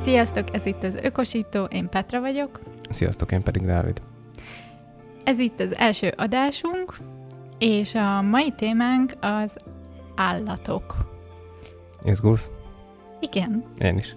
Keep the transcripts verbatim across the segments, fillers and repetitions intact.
Sziasztok, ez itt az Ökosító, én Petra vagyok. Sziasztok, én pedig Dávid. Ez itt az első adásunk, és a mai témánk az állatok. Izgulsz? Igen. Én is.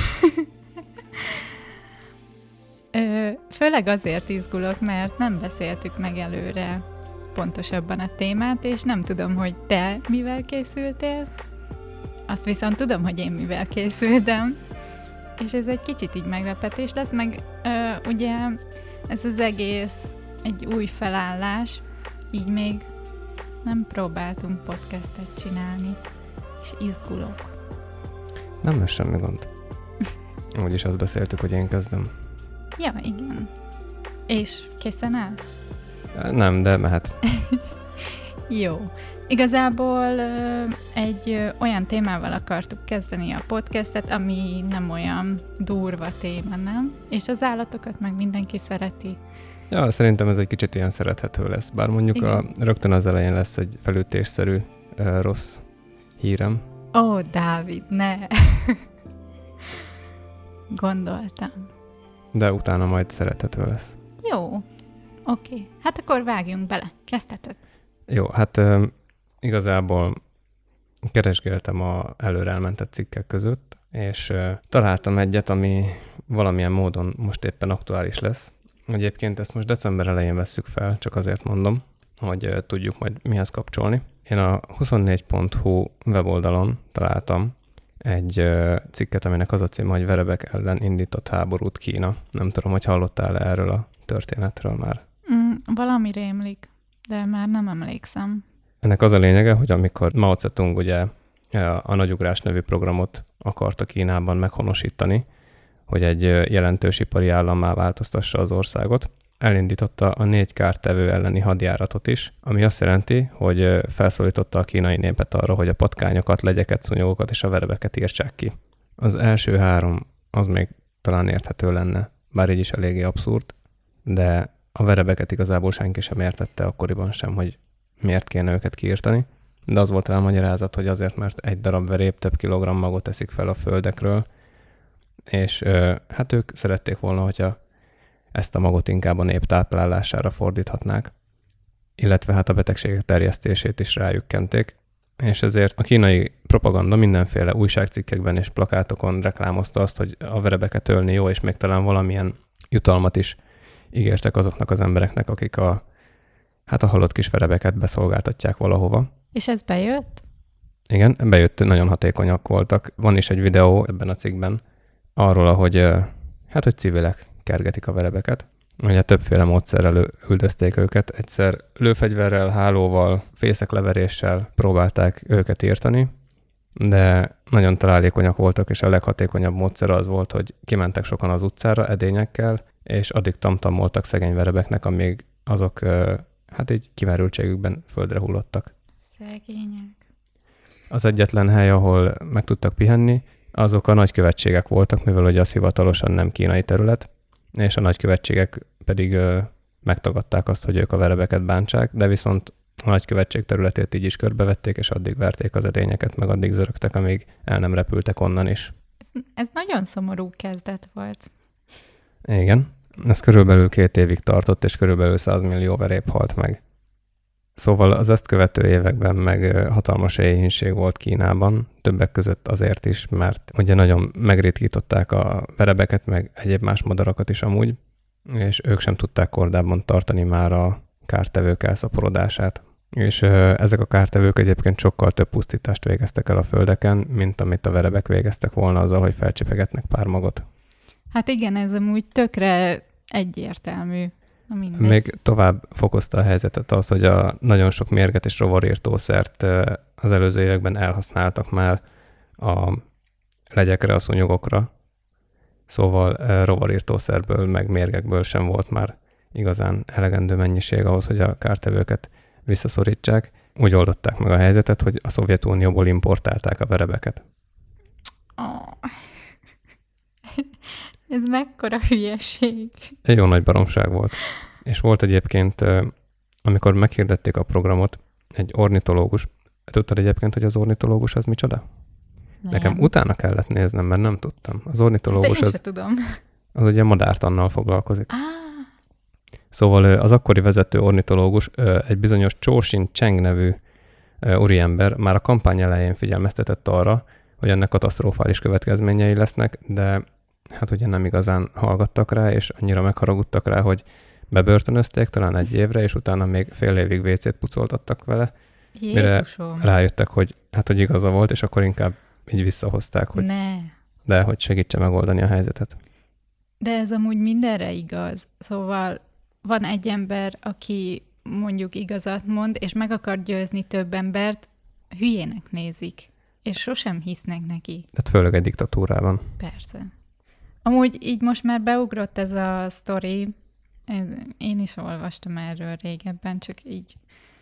Ö, főleg azért izgulok, mert nem beszéltük meg előre pontosabban a témát, és nem tudom, hogy te mivel készültél. Azt viszont tudom, hogy én mivel készültem. És ez egy kicsit így meglepetés lesz, meg ö, ugye ez az egész egy új felállás, így még nem próbáltunk podcastet csinálni, és izgulok. Nem lesz semmi gond. Úgyis azt beszéltük, hogy én kezdem. Ja, igen. És készen állsz? Nem, de mehet. Jó. Igazából ö, egy ö, olyan témával akartuk kezdeni a podcastet, ami nem olyan durva téma, nem? És az állatokat meg mindenki szereti. Ja, szerintem ez egy kicsit ilyen szerethető lesz. Bár mondjuk a, rögtön az elején lesz egy felütésszerű uh, rossz hírem. Ó, Dávid, ne! Gondoltam. De utána majd szerethető lesz. Jó. Oké. Okay. Hát akkor vágjunk bele. Kezdheted. Jó, hát uh, igazából keresgéltem a előre elmentett cikkek között, és uh, találtam egyet, ami valamilyen módon most éppen aktuális lesz. Egyébként ezt most december elején vesszük fel, csak azért mondom, hogy uh, tudjuk majd mihez kapcsolni. Én a huszonnégy pont hu weboldalon találtam egy uh, cikket, aminek az a címe, hogy verebek ellen indított háborút Kína. Nem tudom, hogy hallottál erről a történetről már. Mm, valami rémlik, de már nem emlékszem. Ennek az a lényege, hogy amikor Mao Zedong ugye a Nagyugrás nevű programot akarta Kínában meghonosítani, hogy egy jelentős ipari állammá változtassa az országot, elindította a négy kártevő elleni hadjáratot is, ami azt jelenti, hogy felszólította a kínai népet arra, hogy a patkányokat, legyeket, szúnyogokat és a verebeket írtsák ki. Az első három az még talán érthető lenne, bár így is eléggé abszurd, de a verebeket igazából senki sem értette akkoriban sem, hogy miért kéne őket kiírtani, de az volt rá a magyarázat, hogy azért, mert egy darab verép több kilogramm magot eszik fel a földekről, és hát ők szerették volna, hogyha ezt a magot inkább a nép táplálására fordíthatnák, illetve hát a betegségek terjesztését is rájuk kenték, és ezért a kínai propaganda mindenféle újságcikkekben és plakátokon reklámozta azt, hogy a verebeket ölni jó, és még talán valamilyen jutalmat is ígértek azoknak az embereknek, akik a, hát a halott kis verebeket beszolgáltatják valahova. És ez bejött? Igen, bejött, nagyon hatékonyak voltak. Van is egy videó ebben a cikkben arról, ahogy, hát, hogy civilek kergetik a verebeket. Ugye többféle módszerrel üldözték őket. Egyszer lőfegyverrel, hálóval, fészekleveréssel próbálták őket írtani, de nagyon találékonyak voltak, és a leghatékonyabb módszer az volt, hogy kimentek sokan az utcára edényekkel, és addig tamtamoltak szegény verebeknek, amíg azok hát így kimerültségükben földre hullottak. Szegények. Az egyetlen hely, ahol meg tudtak pihenni, azok a nagykövetségek voltak, mivel ugye az hivatalosan nem kínai terület, és a nagykövetségek pedig ö, megtagadták azt, hogy ők a verebeket bántsák, de viszont a nagykövetség területét így is körbevették, és addig verték az edényeket, meg addig zörögtek, amíg el nem repültek onnan is. Ez, ez nagyon szomorú kezdet volt. Igen. Ez körülbelül két évig tartott, és körülbelül száz millió verép halt meg. Szóval az ezt követő években meg hatalmas éhínség volt Kínában, többek között azért is, mert ugye nagyon megritkították a verebeket, meg egyéb más madarakat is amúgy, és ők sem tudták kordában tartani már a kártevők elszaporodását. És ezek a kártevők egyébként sokkal több pusztítást végeztek el a földeken, mint amit a verebek végeztek volna azzal, hogy felcsipegetnek pár magot. Hát igen, ez amúgy tökre egyértelmű. Még tovább fokozta a helyzetet az, hogy a nagyon sok mérget és rovarírtószert az előző években elhasználtak már a legyekre, a szúnyogokra. Szóval rovarírtószerből, meg mérgekből sem volt már igazán elegendő mennyiség ahhoz, hogy a kártevőket visszaszorítsák. Úgy oldották meg a helyzetet, hogy a Szovjetunióból importálták a verebeket. Oh. Ez mekkora hülyeség. Egy jó nagy baromság volt. És volt egyébként, amikor meghirdették a programot, egy ornitológus. Tudtad egyébként, hogy az ornitológus az micsoda? Nem. Nekem utána kellett néznem, mert nem tudtam. Az ornitológus De én az, tudom. az ugye madártannal foglalkozik. Ah. Szóval az akkori vezető ornitológus, egy bizonyos Chou Shin-cheng nevű úriember már a kampány elején figyelmeztetett arra, hogy ennek katasztrofális következményei lesznek, de hát ugye nem igazán hallgattak rá, és annyira megharagudtak rá, hogy bebörtönözték talán egy évre, és utána még fél évig vécét pucoltattak vele, Jézusom. mire rájöttek, hogy hát, hogy igaza volt, és akkor inkább így visszahozták, hogy ne. de hogy segítse megoldani a helyzetet. De ez amúgy mindenre igaz. Szóval van egy ember, aki mondjuk igazat mond, és meg akar győzni több embert, hülyének nézik, és sosem hisznek neki. Hát főleg egy diktatúrában. Persze. Amúgy így most már beugrott ez a sztori, én is olvastam erről régebben, csak így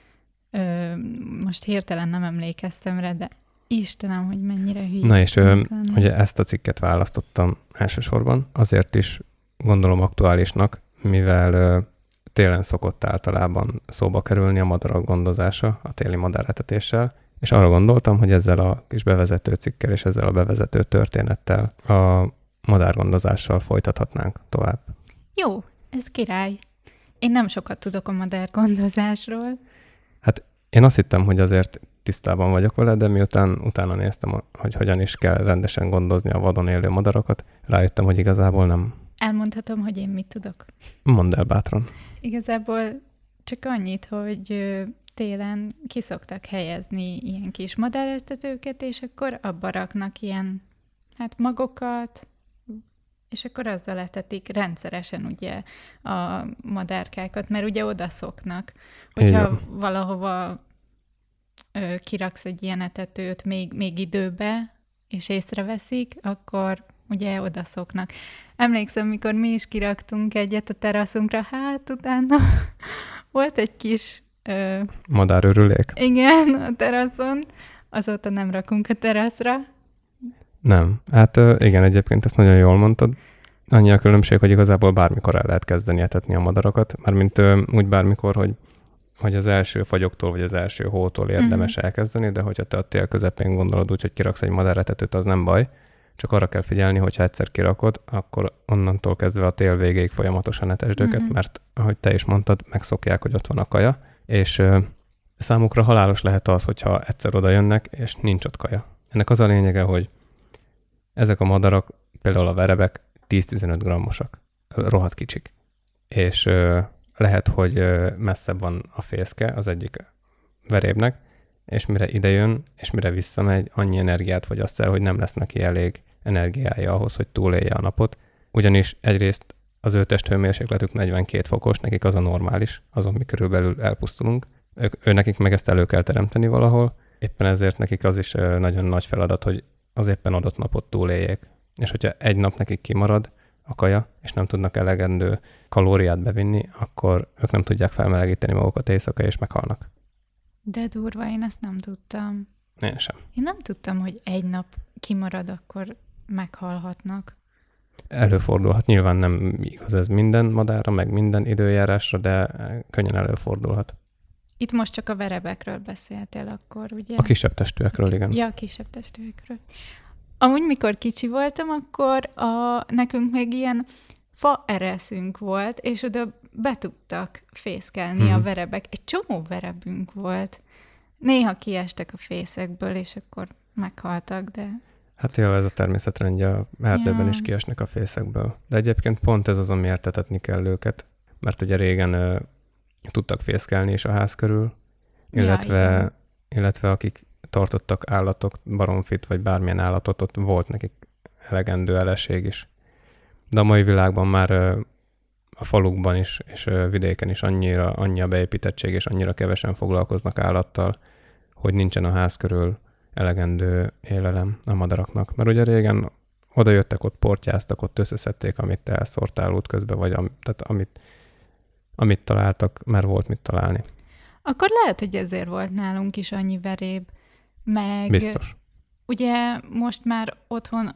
ö, most hirtelen nem emlékeztem rá, de Istenem, hogy mennyire hülye. Na és ö, ugye ezt a cikket választottam elsősorban, azért is gondolom aktuálisnak, mivel ö, télen szokott általában szóba kerülni a madarak gondozása a téli madáretetéssel, és arra gondoltam, hogy ezzel a kis bevezető cikkel és ezzel a bevezető történettel a madárgondozással folytathatnánk tovább. Jó, ez király. Én nem sokat tudok a madárgondozásról. Hát én azt hittem, hogy azért tisztában vagyok vele, de miután utána néztem, hogy hogyan is kell rendesen gondozni a vadon élő madarakat, rájöttem, hogy igazából nem. Elmondhatom, hogy én mit tudok. Mondd el bátran. Igazából csak annyit, hogy télen kiszoktak helyezni ilyen kis madáretetőket, és akkor abba raknak ilyen hát magokat, és akkor azzal etetik rendszeresen ugye a madárkákat, mert ugye oda szoknak. Hogyha Igen. valahova ö, kiraksz egy ilyen etetőt még, még időbe, és észreveszik, akkor ugye oda szoknak. Emlékszem, mikor mi is kiraktunk egyet a teraszunkra, hát utána volt egy kis... Ö, madárörülék? Igen, a teraszon. Azóta nem rakunk a teraszra. Nem. Hát igen, egyébként ezt nagyon jól mondtad. Annyi a különbség, hogy igazából bármikor el lehet kezdeni etetni a madarakat, mármint úgy bármikor, hogy, hogy az első fagyoktól vagy az első hótól érdemes uh-huh. elkezdeni, de hogyha te a tél közepén gondolod úgy, hogy kiraksz egy madáretetőt, az nem baj. Csak arra kell figyelni, hogy ha egyszer kirakod, akkor onnantól kezdve a tél végéig folyamatosan etesd őket, uh-huh. mert ahogy te is mondtad, megszokják, hogy ott van a kaja, és ö, számukra halálos lehet az, hogyha egyszer oda jönnek, és nincs ott kaja. Ennek az a lényege, hogy ezek a madarak, például a verebek tíz-tizenöt grammosak, rohadt kicsik. És ö, lehet, hogy ö, messzebb van a fészke az egyik verébnek, és mire idejön, és mire visszamegy, annyi energiát fogyaszt el, hogy nem lesz neki elég energiája ahhoz, hogy túlélje a napot. Ugyanis egyrészt az ő testhőmérsékletük negyvenkét fokos, nekik az a normális, azon mi körülbelül elpusztulunk. Ők, ő nekik meg ezt elő kell teremteni valahol, éppen ezért nekik az is nagyon nagy feladat, hogy az éppen adott napot túléljék. És hogyha egy nap nekik kimarad a kaja, és nem tudnak elegendő kalóriát bevinni, akkor ők nem tudják felmelegíteni magukat éjszaka, és meghalnak. De durva, én ezt nem tudtam. Én sem. Én nem tudtam, hogy egy nap kimarad, akkor meghalhatnak. Előfordulhat. Nyilván nem igaz ez minden madárra, meg minden időjárásra, de könnyen előfordulhat. Itt most csak a verebekről beszéltél akkor, ugye? A kisebb testűekről, igen. Ja, a kisebb testűekről. Amúgy, mikor kicsi voltam, akkor a, nekünk még ilyen fa ereszünk volt, és oda be tudtak fészkelni hmm. a verebek. Egy csomó verebünk volt. Néha kiestek a fészekből, és akkor meghaltak, de... Hát jó, ez a természetrendje, a erdőben ja. is kiesnek a fészekből. De egyébként pont ez az, amiért etetni kell őket, mert ugye régen ö, tudtak fészkelni is a ház körül, illetve, ja, illetve akik tartottak állatok, baromfit, vagy bármilyen állatot, ott volt nekik elegendő eleség is. De a mai világban már ö, a falukban is, és ö, vidéken is annyira, annyi a beépítettség, és annyira kevesen foglalkoznak állattal, hogy nincsen a ház körül elegendő élelem a madaraknak. Mert ugye régen oda jöttek, ott portyáztak, ott összeszedték, amit te elszórtál útközben, vagy am, tehát amit, amit találtak, mert volt mit találni. Akkor lehet, hogy ezért volt nálunk is annyi veréb, meg... Biztos. Ugye most már otthon,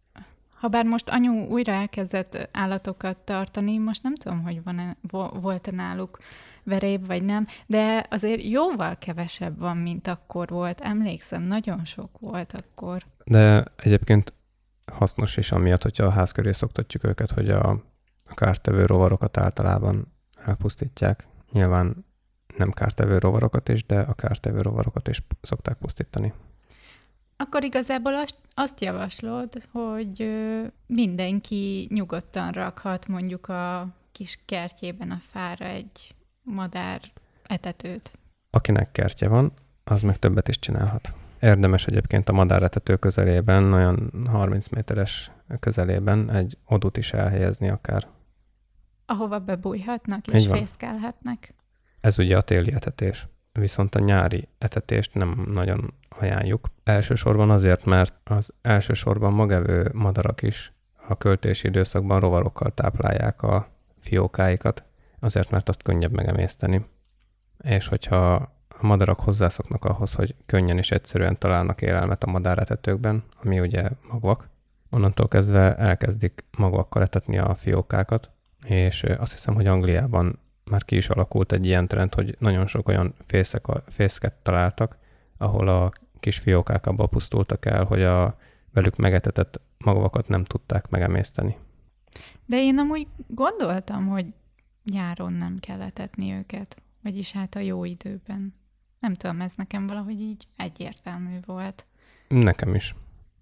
habár most anyu újra elkezdett állatokat tartani, most nem tudom, hogy van-e, volt-e náluk veréb, vagy nem, de azért jóval kevesebb van, mint akkor volt. Emlékszem, nagyon sok volt akkor. De egyébként hasznos is amiatt, hogyha a ház köré szoktatjuk őket, hogy a, a kártevő rovarokat általában elpusztítják. Nyilván nem kártevő rovarokat is, de a kártevő rovarokat is szokták pusztítani. Akkor igazából azt, azt javaslod, hogy mindenki nyugodtan rakhat mondjuk a kis kertjében a fára egy madár etetőt. Akinek kertje van, az meg többet is csinálhat. Érdemes egyébként a madáretető közelében, olyan harminc méteres közelében egy odút is elhelyezni akár. Ahova bebújhatnak és fészkelhetnek. Ez ugye a téli etetés. Viszont a nyári etetést nem nagyon ajánljuk. Elsősorban azért, mert az elsősorban magevő madarak is a költési időszakban rovarokkal táplálják a fiókáikat, azért, mert azt könnyebb megemészteni. És hogyha a madarak hozzászoknak ahhoz, hogy könnyen és egyszerűen találnak élelmet a madáretetőkben, ami ugye magvak, onnantól kezdve elkezdik magvakkal etetni a fiókákat, és azt hiszem, hogy Angliában már ki is alakult egy ilyen trend, hogy nagyon sok olyan fészek, fészket találtak, ahol a kis fiókák abból pusztultak el, hogy a velük megetetett magvakat nem tudták megemészteni. De én amúgy gondoltam, hogy nyáron nem kell etetni őket, vagyis hát a jó időben. Nem tudom, ez nekem valahogy így egyértelmű volt. Nekem is.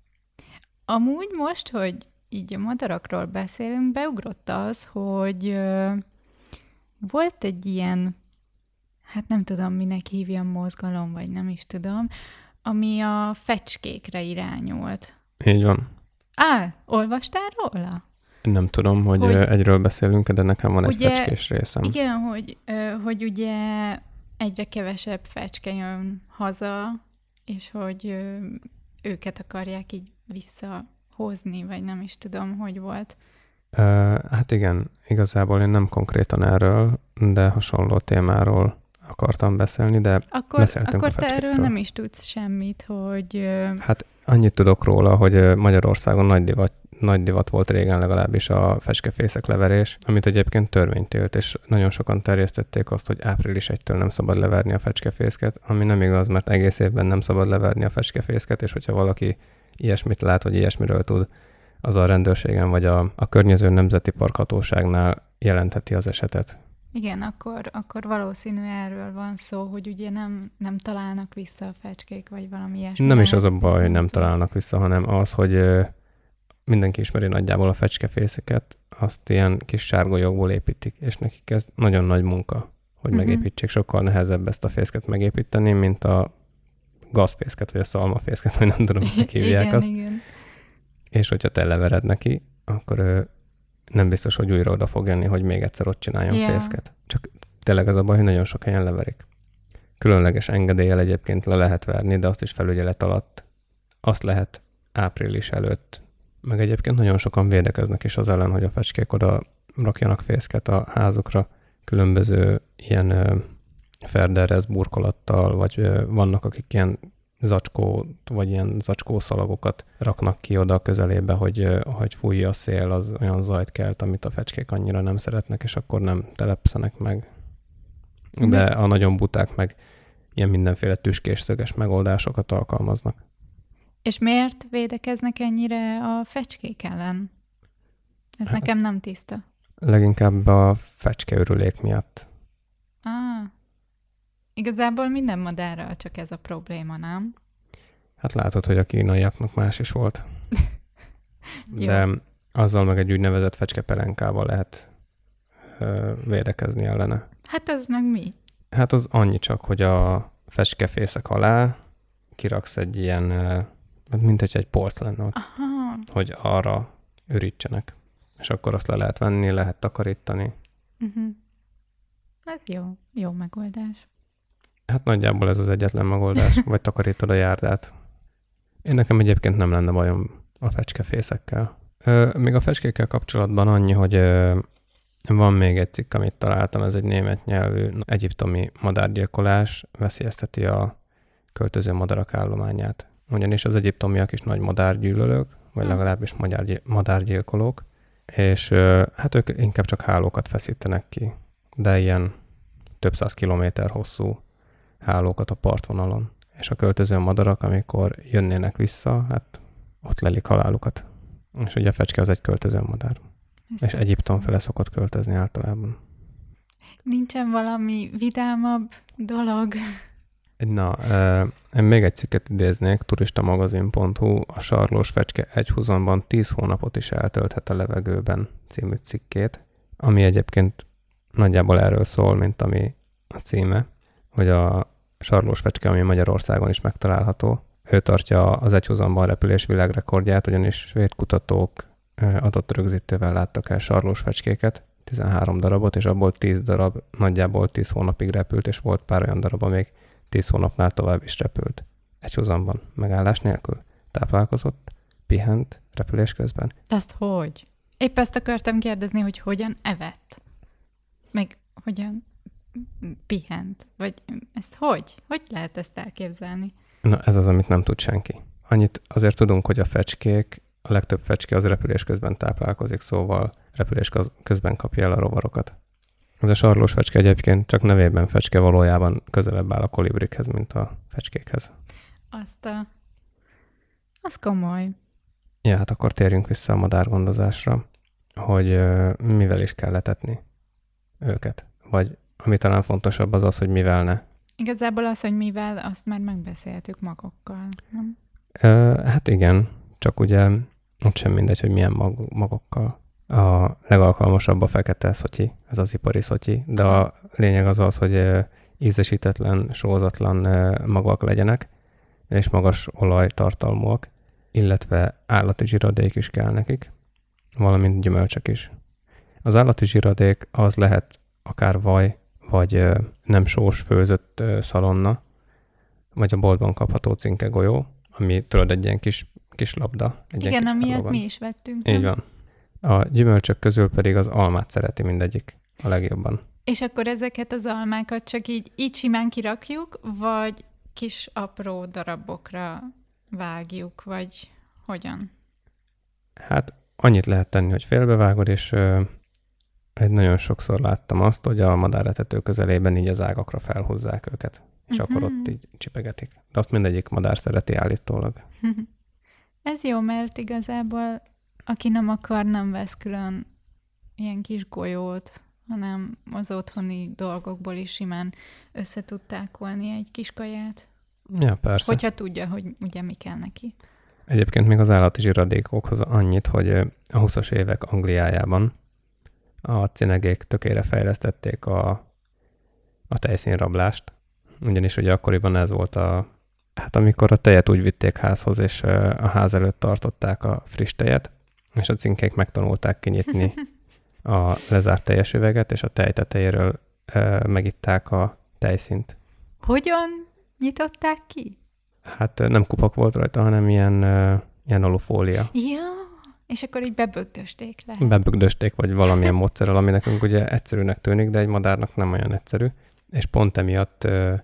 Amúgy most, hogy így a madarakról beszélünk, beugrott az, hogy ö, volt egy ilyen, hát nem tudom, minek hívjam, mozgalom, vagy nem is tudom, ami a fecskékre irányult. Így van. Á, olvastál róla? Nem tudom, hogy, hogy egyről beszélünk, de nekem van ugye, egy fecskés részem. Igen, hogy, hogy ugye egyre kevesebb fecske jön haza, és hogy őket akarják így visszahozni, vagy nem is tudom, hogy volt. Uh, hát igen, igazából én nem konkrétan erről, de hasonló témáról akartam beszélni, de akkor, beszéltünk akkor a fecskékről. Akkor te erről nem is tudsz semmit, hogy... Hát annyit tudok róla, hogy Magyarországon nagy divat, nagy divat volt régen legalábbis a fecskefészek leverés, amit egyébként törvény tilt, és nagyon sokan terjesztették azt, hogy április elsejétől nem szabad leverni a fecskefészket, ami nem igaz, mert egész évben nem szabad leverni a fecskefészket, és hogyha valaki ilyesmit lát, vagy ilyesmiről tud, az a rendőrségen vagy a, a környező nemzeti parkhatóságnál jelentheti az esetet. Igen, akkor, akkor valószínű erről van szó, hogy ugye nem, nem találnak vissza a fecskék, vagy valami ilyesmi. Nem is az a baj, hogy nem találnak vissza, hanem az, hogy mindenki ismeri nagyjából a fecskefészeket, azt ilyen kis sárgolyókból építik, és nekik ez nagyon nagy munka, hogy uh-huh. megépítsék. Sokkal nehezebb ezt a fészket megépíteni, mint a gazfészket, vagy a szalmafészket, vagy nem tudom, hogy hívják igen, azt. Igen. És hogyha te levered neki, akkor ő nem biztos, hogy újra oda fog jönni, hogy még egyszer ott csináljon yeah. fészket. Csak tényleg az a baj, hogy nagyon sok helyen leverik. Különleges engedéllyel egyébként le lehet verni, de azt is felügyelet alatt. Azt lehet április előtt. Meg egyébként nagyon sokan védekeznek is az ellen, hogy a fecskék oda rakjanak fészket a házukra. Különböző ilyen ö, ferderrez burkolattal, vagy ö, vannak, akik ilyen zacskót, vagy ilyen zacskószalagokat raknak ki oda a közelébe, hogy, hogy fújja a szél, az olyan zajt kelt, amit a fecskék annyira nem szeretnek, és akkor nem telepszenek meg. De a nagyon buták meg ilyen mindenféle tüskés, szöges megoldásokat alkalmaznak. És miért védekeznek ennyire a fecskék ellen? Ez hát, nekem nem tiszta. Leginkább a fecskeörülék miatt. Ah. Igazából minden madárral csak ez a probléma, nem? Hát látod, hogy a kínaiaknak más is volt. De azzal meg egy úgynevezett fecskepelenkával lehet ö, védekezni ellene. Hát az meg mi? Hát az annyi csak, hogy a fecskefészek alá kiraksz egy ilyen, ö, mint egy, egy polc lenne ott, aha. hogy arra ürítsenek. És akkor azt le lehet venni, lehet takarítani. Uh-huh. Ez jó, jó megoldás. Hát nagyjából ez az egyetlen megoldás, vagy takarítod a járdát. Én nekem egyébként nem lenne bajom a fecskefészekkel. Ö, még a fecskékkel kapcsolatban annyi, hogy ö, van még egy cikk, amit találtam, ez egy német nyelvű egyiptomi madárgyilkolás veszélyezteti a költöző madarak állományát. Ugyanis az egyiptomiak is nagy madárgyűlölők, vagy legalábbis madárgyilkolók, és ö, hát ők inkább csak hálókat feszítenek ki, de ilyen több száz kilométer hosszú hálókat a partvonalon. És a költöző madarak, amikor jönnének vissza, hát ott lelik halálukat. És ugye a fecske az egy költöző madár. Ezt és Egyiptom fele szokott költözni általában. Nincsen valami vidámabb dolog? Na, e, még egy cikket idéznék, turistamagazin pont hu, a sarlós fecske egy húzamban tíz hónapot is eltölthet a levegőben című cikkét, ami egyébként nagyjából erről szól, mint ami a címe, hogy a sarlós fecske, ami Magyarországon is megtalálható, ő tartja az egyhuzamban repülés világrekordját, ugyanis svéd kutatók adott rögzítővel láttak el sarlós fecskéket, tizenhárom darabot, és abból tíz darab nagyjából tíz hónapig repült, és volt pár olyan darab, még tíz hónapnál tovább is repült. Egyhuzamban, megállás nélkül. Táplálkozott, pihent repülés közben. De azt hogy? Épp ezt akartam kérdezni, hogy hogyan evett? Meg hogyan pihent? Vagy ezt hogy? Hogy lehet ezt elképzelni? Na, ez az, amit nem tud senki. Annyit azért tudunk, hogy a fecskék, a legtöbb fecske az repülés közben táplálkozik, szóval repülés közben kapja el a rovarokat. Ez a sarlós fecske egyébként csak nevében fecske, valójában közelebb áll a kolibrikhez, mint a fecskékhez. Azt a... Az komoly. Ja, hát akkor térjünk vissza a madárgondozásra, hogy uh, mivel is kell letetni őket. Vagy ami talán fontosabb az az, hogy mivel ne. Igazából az, hogy mivel, azt már megbeszéltük magokkal, nem? Uh, hát igen, csak ugye ott sem mindegy, hogy milyen mag- magokkal. A legalkalmasabb a fekete szotyi, ez az ipari szotyi, de a lényeg az az, hogy ízesítetlen, sózatlan magak legyenek, és magas olajtartalmúak, illetve állati zsiradék is kell nekik, valamint gyümölcsök is. Az állati zsiradék az lehet akár vaj, vagy nem sós főzött szalonna, vagy a boltban kapható cinke golyó, ami tudod egy ilyen kis, kis labda. Egy Igen, amilyet mi is vettünk. Így van. A gyümölcsök közül pedig az almát szereti mindegyik a legjobban. És akkor ezeket az almákat csak így, így simán kirakjuk, vagy kis apró darabokra vágjuk, vagy hogyan? Hát annyit lehet tenni, hogy félbevágod, és ö, egy nagyon sokszor láttam azt, hogy a madáretető közelében így az ágakra felhúzzák őket, és uh-huh. akkor ott így csipegetik. De azt mindegyik madár szereti állítólag. Ez jó, mert igazából aki nem akar, nem vesz külön ilyen kis golyót, hanem az otthoni dolgokból is simán össze tud tákolni egy kis kaját. Ja, persze. Hogyha tudja, hogy ugye mi kell neki. Egyébként még az állati zsiradékokhoz annyit, hogy a huszas évek Angliájában a cinegék tökére fejlesztették a, a tejszínrablást, ugyanis ugye akkoriban ez volt a, hát amikor a tejet úgy vitték házhoz, és a ház előtt tartották a friss tejet, és a cinkék megtanulták kinyitni a lezárt teljes üveget, és a tej tetejéről e, megitták a tejszínt. Hogyan nyitották ki? Hát nem kupak volt rajta, hanem ilyen, e, ilyen alufólia. Ja, és akkor így bebögdösték le. Bebögdösték, vagy valamilyen módszerrel, ami nekünk ugye egyszerűnek tűnik, de egy madárnak nem olyan egyszerű. És pont emiatt e,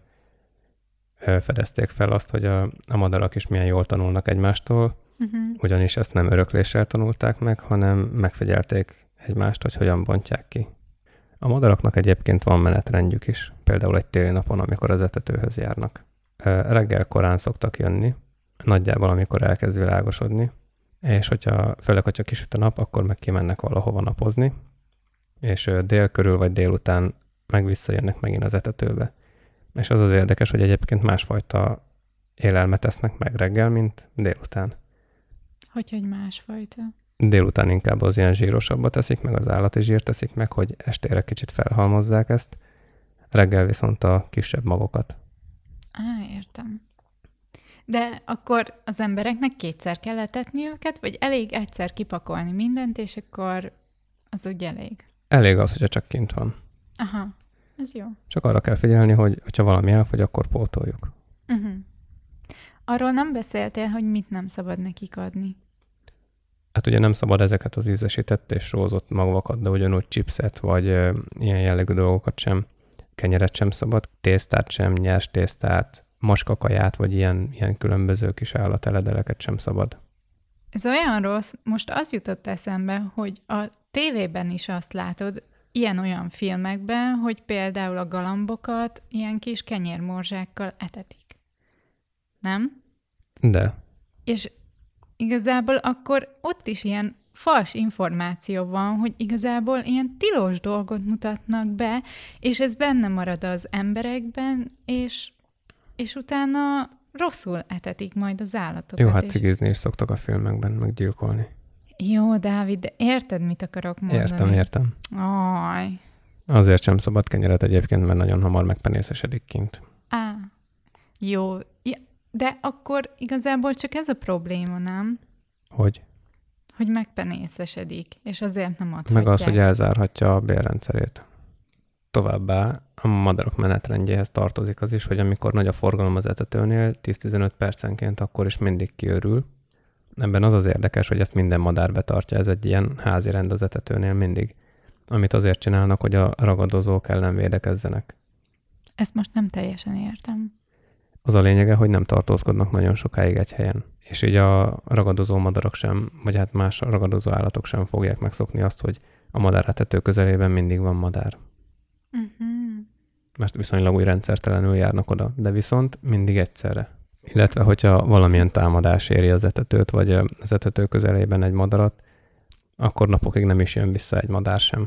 e, fedezték fel azt, hogy a, a madarak is milyen jól tanulnak egymástól, uh-huh. ugyanis ezt nem örökléssel tanulták meg, hanem megfigyelték egymást, hogy hogyan bontják ki. A madaraknak egyébként van menetrendjük is, például egy téli napon, amikor az etetőhöz járnak. Reggel korán szoktak jönni, nagyjából amikor elkezd világosodni, és hogyha, főleg, hogyha kisüt a nap, akkor meg kimennek valahova napozni, és dél körül vagy délután meg visszajönnek megint az etetőbe. És az az érdekes, hogy egyébként másfajta élelmet esznek meg reggel, mint délután. Hogyhogy másfajta? Délután inkább az ilyen zsírosabbat teszik, meg az állati zsírt teszik meg, hogy estére kicsit felhalmozzák ezt, reggel viszont a kisebb magokat. Á, értem. De akkor az embereknek kétszer kell etetni őket, vagy elég egyszer kipakolni mindent, és akkor az úgy elég? Elég az, hogyha csak kint van. Aha, ez jó. Csak arra kell figyelni, hogy ha valami elfogy, akkor pótoljuk. Uh-huh. Arról nem beszéltél, hogy mit nem szabad nekik adni? Hát ugye nem szabad ezeket az ízesített és sózott magvakat, de ugyanúgy chipset, vagy ö, ilyen jellegű dolgokat sem, kenyeret sem szabad, tésztát sem, nyers tésztát, macskakaját, vagy ilyen, ilyen különböző kis állateledeleket sem szabad. Ez olyan rossz, most az jutott eszembe, hogy a tévében is azt látod, ilyen-olyan filmekben, hogy például a galambokat ilyen kis kenyérmorzsákkal etetik. Nem? De. És igazából akkor ott is ilyen fals információ van, hogy igazából ilyen tilos dolgot mutatnak be, és ez benne marad az emberekben, és, és utána rosszul etetik majd az állatokat. Jó, hát és... cigizni is szoktak a filmekben, meg gyilkolni. Jó, Dávid, de érted, mit akarok mondani? Értem, értem. Aj. Azért sem szabad kenyeret egyébként, mert nagyon hamar megpenészesedik kint. Á, jó. Ja, de akkor igazából csak ez a probléma, nem? Hogy? Hogy megpenészesedik, és azért nem adhatják. Meg az, hogy elzárhatja a bélrendszerét. Továbbá a madarak menetrendjéhez tartozik az is, hogy amikor nagy a forgalom az etetőnél, tíz-tizenöt percenként akkor is mindig kiörül. Ebben az az érdekes, hogy ezt minden madár betartja, ez egy ilyen házi rend az etetőnél mindig, amit azért csinálnak, hogy a ragadozók ellen védekezzenek. Ezt most nem teljesen értem. Az a lényege, hogy nem tartózkodnak nagyon sokáig egy helyen. És így a ragadozó madarak sem, vagy hát más ragadozó állatok sem fogják megszokni azt, hogy a madáretető közelében mindig van madár. Uh-huh. Mert viszonylag új rendszertelenül járnak oda, de viszont mindig egyszerre. Illetve, hogyha valamilyen támadás éri az etetőt, vagy az etető közelében egy madarat, akkor napokig nem is jön vissza egy madár sem.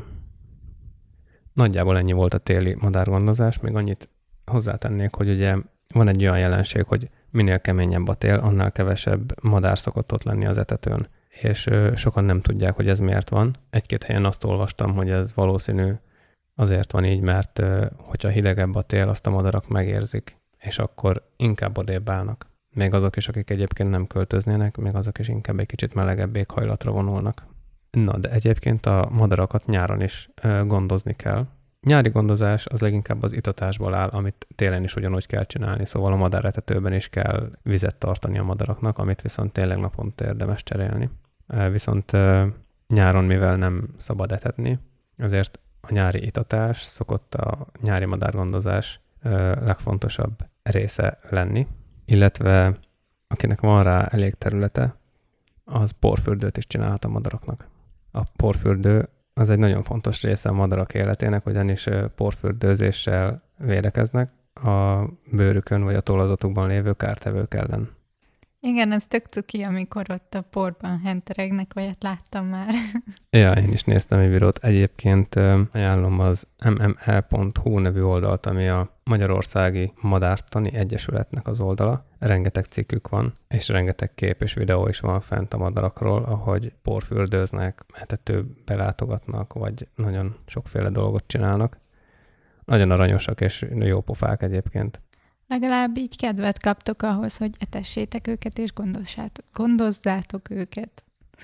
Nagyjából ennyi volt a téli madárgondozás, még annyit hozzátennék, hogy ugye van egy olyan jelenség, hogy minél keményebb a tél, annál kevesebb madár szokott ott lenni az etetőn. És ö, sokan nem tudják, hogy ez miért van. Egy-két helyen azt olvastam, hogy ez valószínű azért van így, mert ö, hogyha hidegebb a tél, azt a madarak megérzik, és akkor inkább odébb állnak. Még azok is, akik egyébként nem költöznének, még azok is inkább egy kicsit melegebb éghajlatra vonulnak. Na, de egyébként a madarakat nyáron is ö, gondozni kell. Nyári gondozás az leginkább az itatásból áll, amit télen is ugyanúgy kell csinálni, szóval a madáretetőben is kell vizet tartani a madaraknak, amit viszont tényleg naponta érdemes cserélni. Viszont nyáron, mivel nem szabad etetni, ezért a nyári itatás szokott a nyári madárgondozás legfontosabb része lenni, illetve akinek van rá elég területe, az porfürdőt is csinálhat a madaraknak. A porfürdő az egy nagyon fontos része a madarak életének, ugyanis porfürdőzéssel védekeznek a bőrükön vagy a tollazatukban lévő kártevők ellen. Igen, ez tök cuki, amikor ott a porban henteregnek, olyat láttam már. Ja, én is néztem egy videót. Egyébként ajánlom az em em e pont hu nevű oldalt, ami a Magyarországi Madártani Egyesületnek az oldala. Rengeteg cikkük van, és rengeteg kép és videó is van fent a madarakról, ahogy porfürdőznek, etetőbe látogatnak, vagy nagyon sokféle dolgot csinálnak. Nagyon aranyosak és jó pofák egyébként. Legalább így kedvet kaptok ahhoz, hogy etessétek őket, és gondozzátok őket.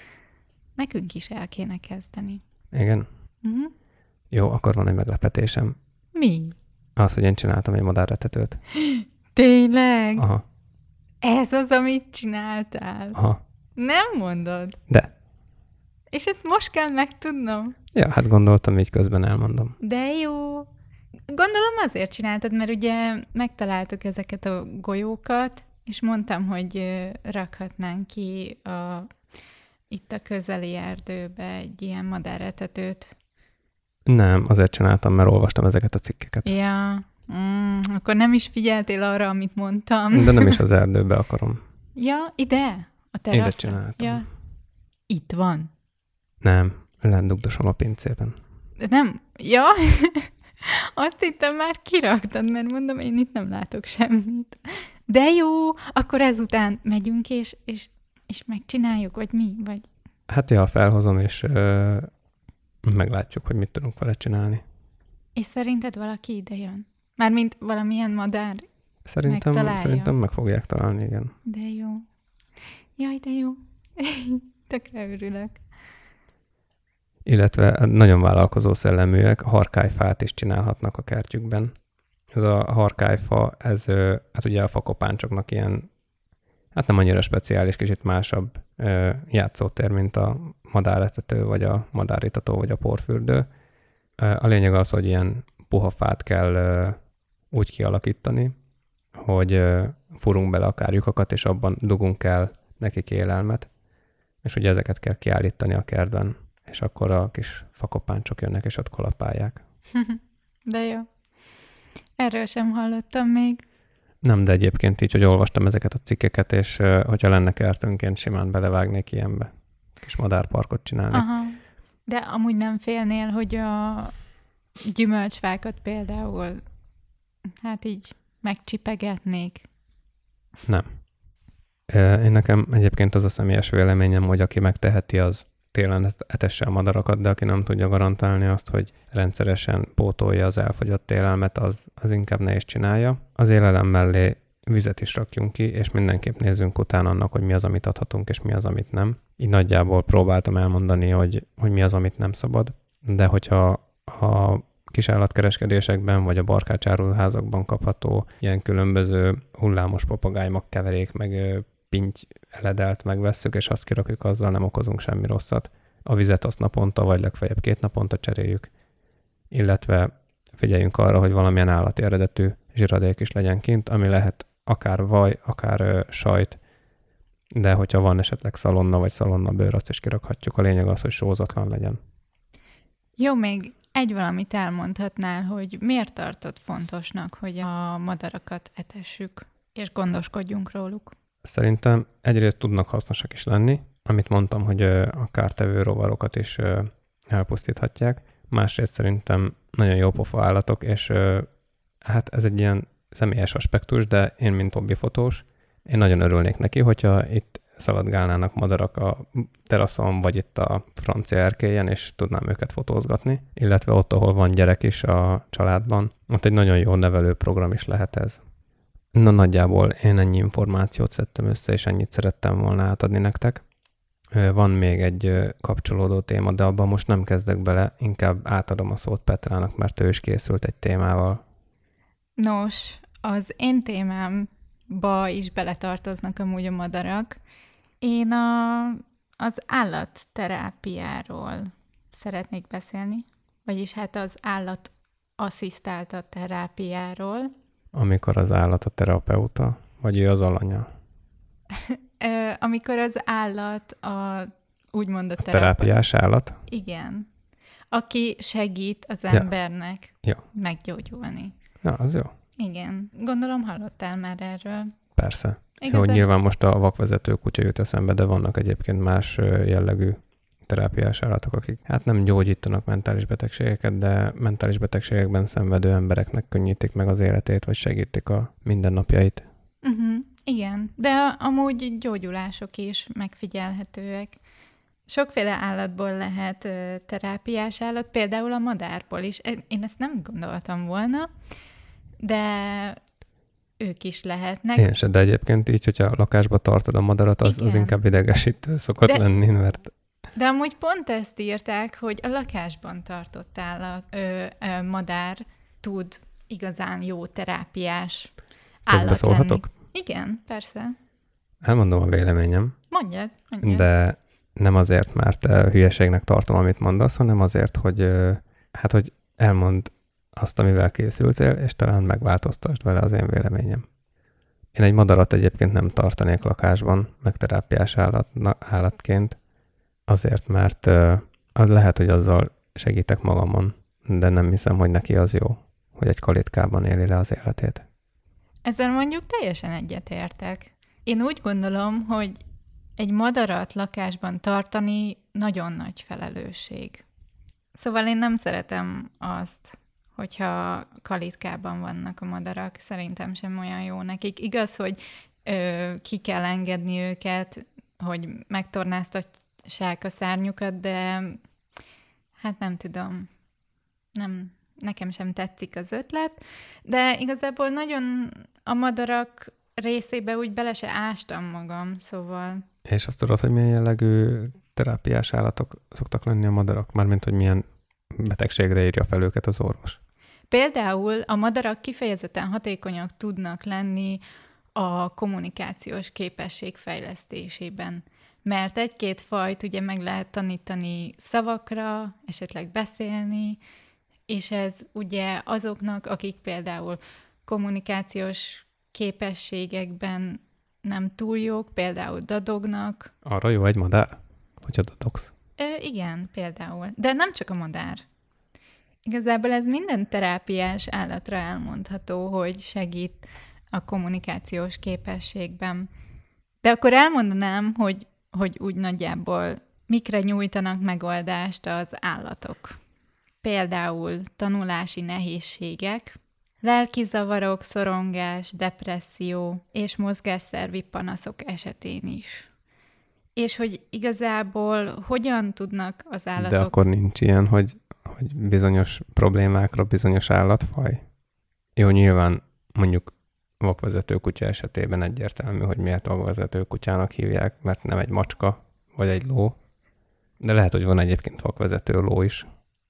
Nekünk is el kéne kezdeni. Igen? Uh-huh. Jó, akkor van egy meglepetésem. Mi? Az, hogy én csináltam egy madáretetőt. Tényleg? Aha. Ez az, amit csináltál? Aha. Nem mondod? De. És ezt most kell megtudnom? Ja, hát gondoltam, így közben elmondom. De jó. Gondolom azért csináltad, mert ugye megtaláltuk ezeket a golyókat, és mondtam, hogy rakhatnánk ki a, itt a közeli erdőbe egy ilyen madáretetőt. Nem, azért csináltam, mert olvastam ezeket a cikkeket. Ja, mm, akkor nem is figyeltél arra, amit mondtam. De nem is az erdőbe akarom. Ja, ide? A teraszra? Ide csináltam. Ja. Itt van? Nem, lendugdosom a pincében. De nem, ja... Azt hittem, már kiraktad, mert mondom, én itt nem látok semmit. De jó, akkor ezután megyünk, és, és, és megcsináljuk, vagy mi? Vagy... Hát ja, felhozom, és ö, meglátjuk, hogy mit tudunk vele csinálni. És szerinted valaki ide jön? Mármint valamilyen madár Szerintem, szerintem meg fogják találni, igen. De jó. Jaj, de jó. Tökre örülök. Illetve nagyon vállalkozó szelleműek harkályfát is csinálhatnak a kertjükben. Ez a harkályfa, ez hát ugye a fakopáncsoknak ilyen, hát nem annyira speciális, kicsit másabb játszótér, mint a madáretető, vagy a madáritató, vagy a porfürdő. A lényeg az, hogy ilyen puha fát kell úgy kialakítani, hogy furunk bele akár lyukakat, és abban dugunk el nekik élelmet, és ugye ezeket kell kiállítani a kertben. És akkor a kis fakopáncsok jönnek, és ott kalapálják. De jó. Erről sem hallottam még. Nem, de egyébként így, hogy olvastam ezeket a cikkeket, és hogyha lenne kertönként, simán belevágnék ilyenbe. Kis madárparkot csinálni. Aha. De amúgy nem félnél, hogy a gyümölcsfákat például hát így megcsipegetnék? Nem. Én nekem egyébként az a személyes véleményem, hogy aki megteheti, az télen etesse a madarakat, de aki nem tudja garantálni azt, hogy rendszeresen pótolja az elfogyott élelmet, az, az inkább ne is csinálja. Az élelem mellé vizet is rakjunk ki, és mindenképp nézzünk utána annak, hogy mi az, amit adhatunk, és mi az, amit nem. Így nagyjából próbáltam elmondani, hogy, hogy mi az, amit nem szabad, de hogyha a kisállatkereskedésekben, vagy a barkácsárulházakban kapható ilyen különböző hullámos papagájmak keverék, meg pinty eledelt megvesszük, és azt kirakjuk, azzal nem okozunk semmi rosszat. A vizet azt naponta, vagy legfeljebb két naponta cseréljük. Illetve figyeljünk arra, hogy valamilyen állati eredetű zsiradék is legyen kint, ami lehet akár vaj, akár ö, sajt, de hogyha van esetleg szalonna, vagy szalonnabőr, azt is kirakhatjuk. A lényeg az, hogy sózatlan legyen. Jó, még egy valamit elmondhatnál, hogy miért tartod fontosnak, hogy a madarakat etessük, és gondoskodjunk róluk? Szerintem egyrészt tudnak hasznosak is lenni, amit mondtam, hogy a kártevő rovarokat is elpusztíthatják. Másrészt szerintem nagyon jó pofa állatok, és hát ez egy ilyen személyes aspektus, de én, mint hobbifotós, én nagyon örülnék neki, hogyha itt szaladgálnának madarak a teraszon, vagy itt a francia erkélyen, és tudnám őket fotózgatni, illetve ott, ahol van gyerek is a családban, ott egy nagyon jó nevelő program is lehet ez. Na nagyjából én ennyi információt szedtem össze, és ennyit szerettem volna átadni nektek. Van még egy kapcsolódó téma, de abban most nem kezdek bele, inkább átadom a szót Petrának, mert ő is készült egy témával. Nos, az én témámba is beletartoznak amúgy a madarak. Én a, az állatterápiáról szeretnék beszélni, vagyis hát az állatasszisztálta terápiáról. Amikor az állat a terapeuta, vagy ő az alanya? Amikor az állat a úgymond a, a terápiás állat? Igen. Aki segít az ja. embernek ja. meggyógyulni. Ja, az jó. Igen. Gondolom hallottál már erről. Persze. Igazán... Jó, nyilván most a vakvezető kutya jut eszembe, de vannak egyébként más jellegű terápiás állatok, akik hát nem gyógyítanak mentális betegségeket, de mentális betegségekben szenvedő embereknek könnyítik meg az életét, vagy segítik a mindennapjait. Uh-huh. Igen, de amúgy gyógyulások is megfigyelhetőek. Sokféle állatból lehet terápiás állat, például a madárból is. Én ezt nem gondoltam volna, de ők is lehetnek. Én se, de egyébként így, hogyha a lakásba tartod a madarat, az, az inkább idegesítő szokott de, lenni, mert... De amúgy pont ezt írták, hogy a lakásban tartott állat, ö, ö, madár tud igazán jó terápiás állat Közbeszólhatok? lenni. Igen, persze. Elmondom a véleményem. Mondjad, mondjad. De nem azért, mert hülyeségnek tartom, amit mondasz, hanem azért, hogy hát, hogy elmond azt, amivel készültél, és talán megváltoztasd vele az én véleményem. Én egy madarat egyébként nem tartanék lakásban, meg terápiás állat, állatként, azért, mert az lehet, hogy azzal segítek magamon, de nem hiszem, hogy neki az jó, hogy egy kalitkában éli le az életét. Ezzel mondjuk teljesen egyetértek. Én úgy gondolom, hogy egy madarat lakásban tartani nagyon nagy felelősség. Szóval én nem szeretem azt, hogyha kalitkában vannak a madarak, szerintem sem olyan jó nekik. Igaz, hogy ö, ki kell engedni őket, hogy megtornáztassák a szárnyukat, de hát nem tudom, nem, nekem sem tetszik az ötlet, de igazából nagyon a madarak részébe úgy bele se ástam magam, szóval... És azt tudod, hogy milyen jellegű terápiás állatok szoktak lenni a madarak? Mármint, hogy milyen betegségre írja fel őket az orvos? Például a madarak kifejezetten hatékonyak tudnak lenni a kommunikációs képesség fejlesztésében, mert egy-két fajt ugye meg lehet tanítani szavakra, esetleg beszélni, és ez ugye azoknak, akik például kommunikációs képességekben nem túl jók, például dadognak. Arra jó egy madár, hogyha dadogsz? Ö, igen, például. De nem csak a madár. Igazából ez minden terápiás állatra elmondható, hogy segít a kommunikációs képességben. De akkor elmondanám, hogy, hogy úgy nagyjából mikre nyújtanak megoldást az állatok. Például tanulási nehézségek, lelki zavarok, szorongás, depresszió és mozgásszervi panaszok esetén is. És hogy igazából hogyan tudnak az állatok... De akkor nincs ilyen, hogy, hogy bizonyos problémákra bizonyos állatfaj? Jó, nyilván mondjuk vakvezető kutya esetében egyértelmű, hogy miért vakvezető kutyának hívják, mert nem egy macska, vagy egy ló. De lehet, hogy van egyébként vakvezető ló is.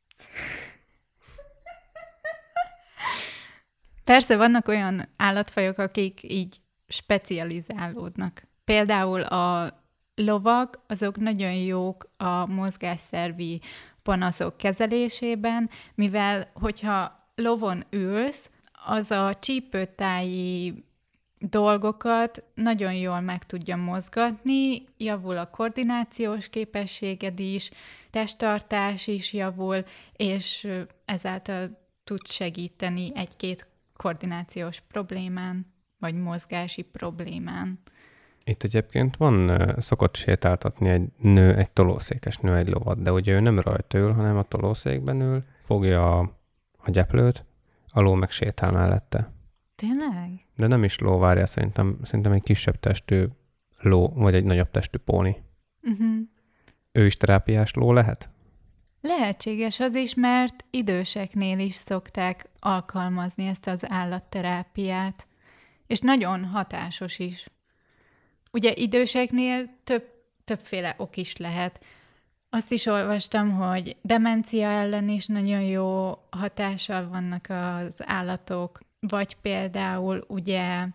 Persze vannak olyan állatfajok, akik így specializálódnak. Például a lovak, azok nagyon jók a mozgásszervi panaszok kezelésében, mivel hogyha lovon ülsz, az a csípőtáji dolgokat nagyon jól meg tudja mozgatni, javul a koordinációs képességed is, testtartás is javul, és ezáltal tud segíteni egy-két koordinációs problémán, vagy mozgási problémán. Itt egyébként van, szokott sétáltatni egy nő, egy tolószékes nő egy lovat, de ugye ő nem rajta ül, hanem a tolószékben ül, fogja a, a gyeplőt, a ló meg sétál mellette. Tényleg? De nem is ló, várjál, szerintem, szerintem egy kisebb testű ló, vagy egy nagyobb testű póni. Uh-huh. Ő is terápiás ló lehet? Lehetséges az is, mert időseknél is szokták alkalmazni ezt az állatterápiát, és nagyon hatásos is. Ugye időseknél több, többféle ok is lehet. Azt is olvastam, hogy demencia ellen is nagyon jó hatással vannak az állatok, vagy például ugye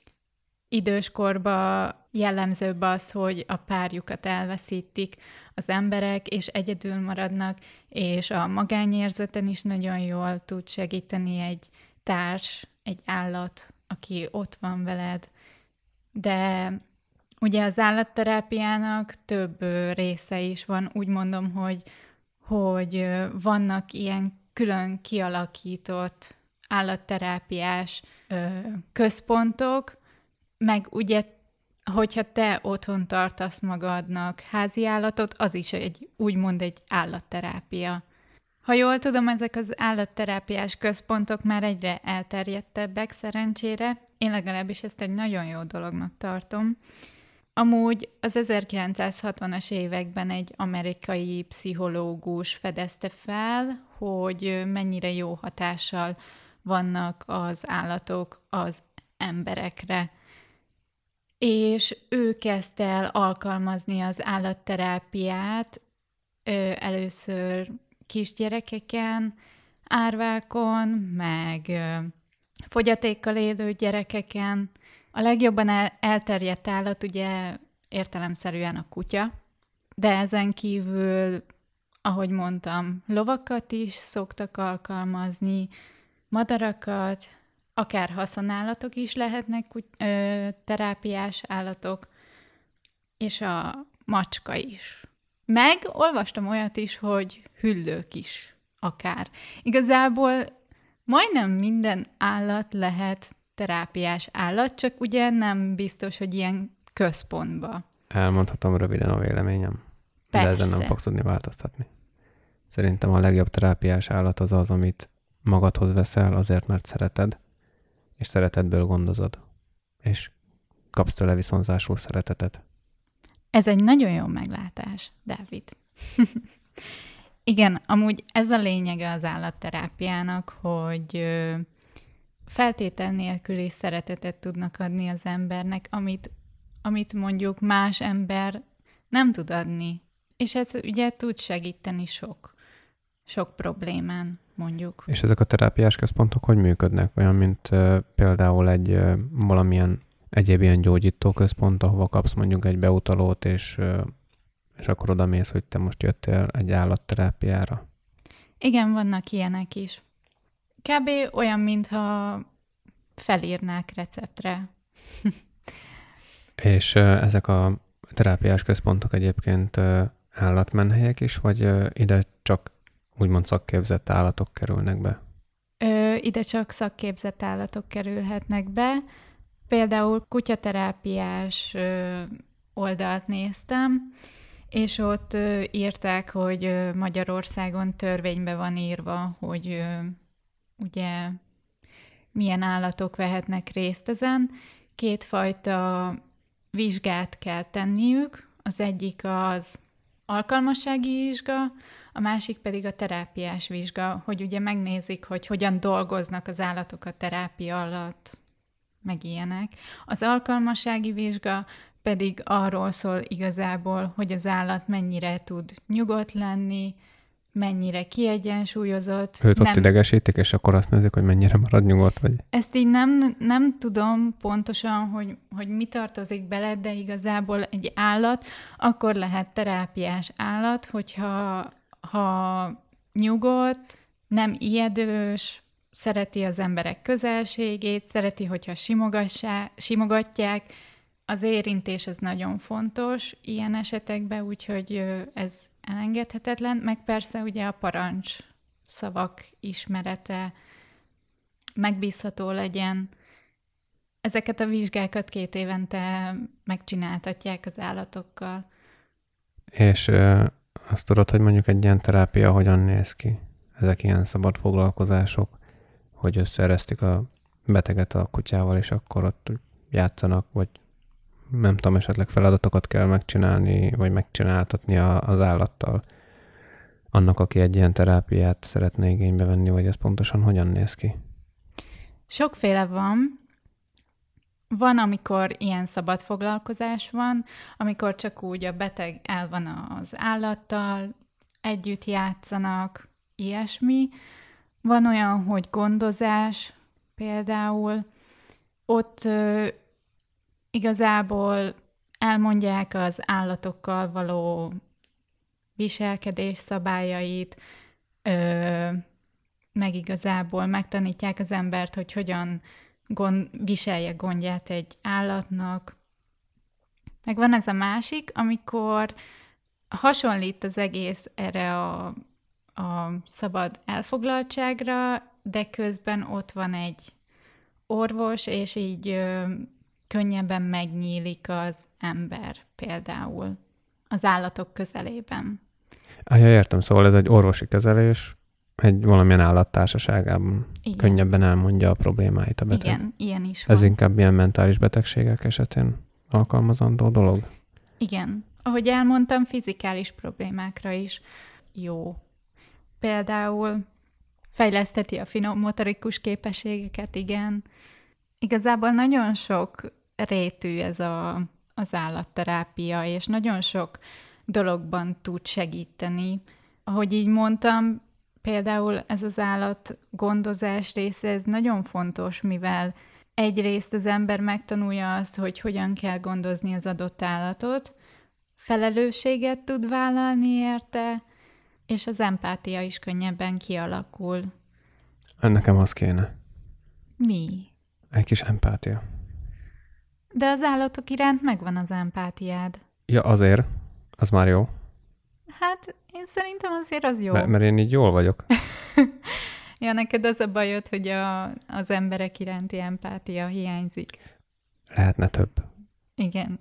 időskorban jellemzőbb az, hogy a párjukat elveszítik az emberek, és egyedül maradnak, és a magányérzeten is nagyon jól tud segíteni egy társ, egy állat, aki ott van veled. De ugye az állatterápiának több része is van, úgy mondom, hogy, hogy vannak ilyen külön kialakított állatterápiás központok, meg ugye, hogyha te otthon tartasz magadnak házi állatot, az is egy, úgymond egy állatterápia. Ha jól tudom, ezek az állatterápiás központok már egyre elterjedtebbek szerencsére. Én legalábbis ezt egy nagyon jó dolognak tartom. Amúgy az ezerkilencszázhatvanas években egy amerikai pszichológus fedezte fel, hogy mennyire jó hatással vannak az állatok az emberekre. És ő kezdte el alkalmazni az állatterápiát ö, először kisgyerekeken, árvákon, meg ö, fogyatékkal élő gyerekeken. A legjobban el, elterjedt állat ugye értelemszerűen a kutya, de ezen kívül, ahogy mondtam, lovakat is szoktak alkalmazni, madarakat, akár haszonállatok is lehetnek ö, terápiás állatok, és a macska is. Meg olvastam olyat is, hogy hüllők is akár. Igazából majdnem minden állat lehet terápiás állat, csak ugye nem biztos, hogy ilyen központba. Elmondhatom röviden a véleményem, Persze. de ezen nem fogsz tudni változtatni. Szerintem a legjobb terápiás állat az az, amit magadhoz veszel azért, mert szereted, és szeretetből gondozod, és kapsz tőle viszonzásul szeretetet. Ez egy nagyon jó meglátás, Dávid. Igen, amúgy ez a lényege az állatterápiának, hogy feltétel nélkül is szeretetet tudnak adni az embernek, amit, amit mondjuk más ember nem tud adni. És ez ugye tud segíteni sok, sok problémán, mondjuk. És ezek a terápiás központok hogy működnek? Olyan, mint uh, például egy uh, valamilyen egyéb ilyen gyógyító központ, ahova kapsz mondjuk egy beutalót, és, uh, és akkor oda mész, hogy te most jöttél egy állatterápiára. Igen, vannak ilyenek is. Kb. Olyan, mintha felírnák receptre. És uh, ezek a terápiás központok egyébként uh, állatmenhelyek is, vagy uh, ide csak úgymond szakképzett állatok kerülnek be? Ö, ide csak szakképzett állatok kerülhetnek be. Például kutyaterápiás oldalt néztem, és ott írták, hogy Magyarországon törvénybe van írva, hogy ugye milyen állatok vehetnek részt ezen. Kétfajta vizsgát kell tenniük, az egyik az alkalmassági vizsga, a másik pedig a terápiás vizsga, hogy ugye megnézik, hogy hogyan dolgoznak az állatok a terápia alatt, meg ilyenek. Az alkalmassági vizsga pedig arról szól igazából, hogy az állat mennyire tud nyugodt lenni, mennyire kiegyensúlyozott. Őt ott nem... idegesítik, és akkor azt nézik, hogy mennyire marad nyugodt, vagy? Ezt így nem, nem tudom pontosan, hogy, hogy mi tartozik bele, de igazából egy állat akkor lehet terápiás állat, hogyha ha nyugodt, nem ijedős, szereti az emberek közelségét, szereti, hogyha simogatják. Az érintés az nagyon fontos ilyen esetekben, úgyhogy ez elengedhetetlen, meg persze ugye a parancs szavak ismerete megbízható legyen. Ezeket a vizsgákat két évente megcsináltatják az állatokkal. És ö, azt tudod, hogy mondjuk egy ilyen terápia hogyan néz ki? Ezek ilyen szabad foglalkozások, hogy összeeresztik a beteget a kutyával, és akkor ott játszanak, vagy nem tudom, esetleg feladatokat kell megcsinálni, vagy megcsináltatni az állattal annak, aki egy ilyen terápiát szeretne igénybe venni, vagy ez pontosan hogyan néz ki? Sokféle van. Van, amikor ilyen szabad foglalkozás van, amikor csak úgy a beteg el van az állattal, együtt játszanak, ilyesmi. Van olyan, hogy gondozás például. Ott ö, igazából elmondják az állatokkal való viselkedés szabályait, ö, meg igazából megtanítják az embert, hogy hogyan gond, viselje gondját egy állatnak. Meg van ez a másik, amikor hasonlít az egész erre a, a szabad elfoglaltságra, de közben ott van egy orvos, és így ö, könnyebben megnyílik az ember például az állatok közelében. Ah, ja, értem, szóval ez egy orvosi kezelés, egy valamilyen állattársaságában igen. Könnyebben elmondja a problémáit a beteg. Igen, ilyen is van. Ez inkább ilyen mentális betegségek esetén alkalmazandó dolog? Igen. Ahogy elmondtam, fizikális problémákra is jó. Például fejleszteti a finom motorikus képességeket, igen. Igazából nagyon sok rétű ez a, az állatterápia, és nagyon sok dologban tud segíteni. Ahogy így mondtam, például ez az állat gondozás része, ez nagyon fontos, mivel egyrészt az ember megtanulja azt, hogy hogyan kell gondozni az adott állatot, felelősséget tud vállalni érte, és az empátia is könnyebben kialakul. Nekem az kéne. Mi? Egy kis empátia. De az állatok iránt megvan az empátiád. Ja, azért. Az már jó. Hát én szerintem azért az jó. M- mert én így jól vagyok. Ja, neked az a bajod, hogy a, az emberek iránti empátia hiányzik. Lehetne több. Igen.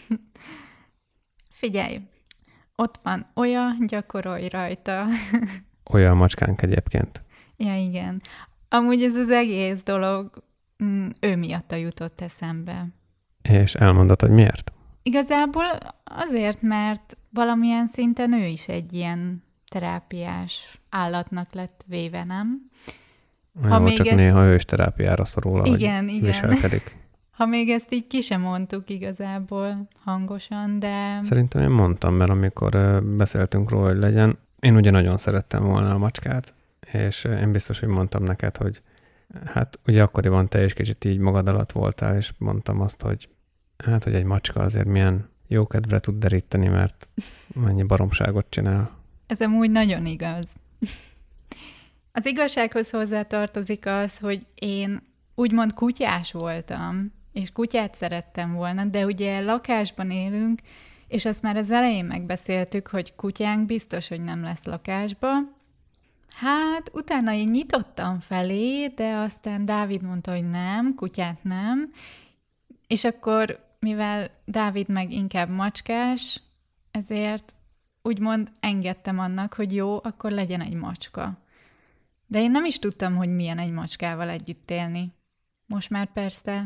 Figyelj, ott van olyan, gyakorolj rajta. Olyan macskánk egyébként. Ja, igen. Amúgy ez az egész dolog ő miatta jutott eszembe. És elmondod, hogy miért? Igazából azért, mert valamilyen szinten ő is egy ilyen terápiás állatnak lett véve, nem? Ha jó, még csak ezt... néha ő is terápiára szorul, ahogy igen, igen. viselkedik. Ha még ezt így ki sem mondtuk igazából hangosan, de... Szerintem én mondtam, mert amikor beszéltünk róla, hogy legyen, én ugye nagyon szerettem volna a macskát, és én biztos, hogy mondtam neked, hogy hát ugye akkoriban te is kicsit így magad alatt voltál, és mondtam azt, hogy hát, hogy egy macska azért milyen jó kedvre tud deríteni, mert mennyi baromságot csinál. Ez amúgy nagyon igaz. Az igazsághoz hozzátartozik az, hogy én úgymond kutyás voltam, és kutyát szerettem volna, de ugye lakásban élünk, és azt már az elején megbeszéltük, hogy kutyánk biztos, hogy nem lesz lakásba. Hát, utána én nyitottam felé, de aztán Dávid mondta, hogy nem, kutyát nem, És akkor, mivel Dávid meg inkább macskás, ezért úgymond engedtem annak, hogy jó, akkor legyen egy macska. De én nem is tudtam, hogy milyen egy macskával együtt élni. Most már persze...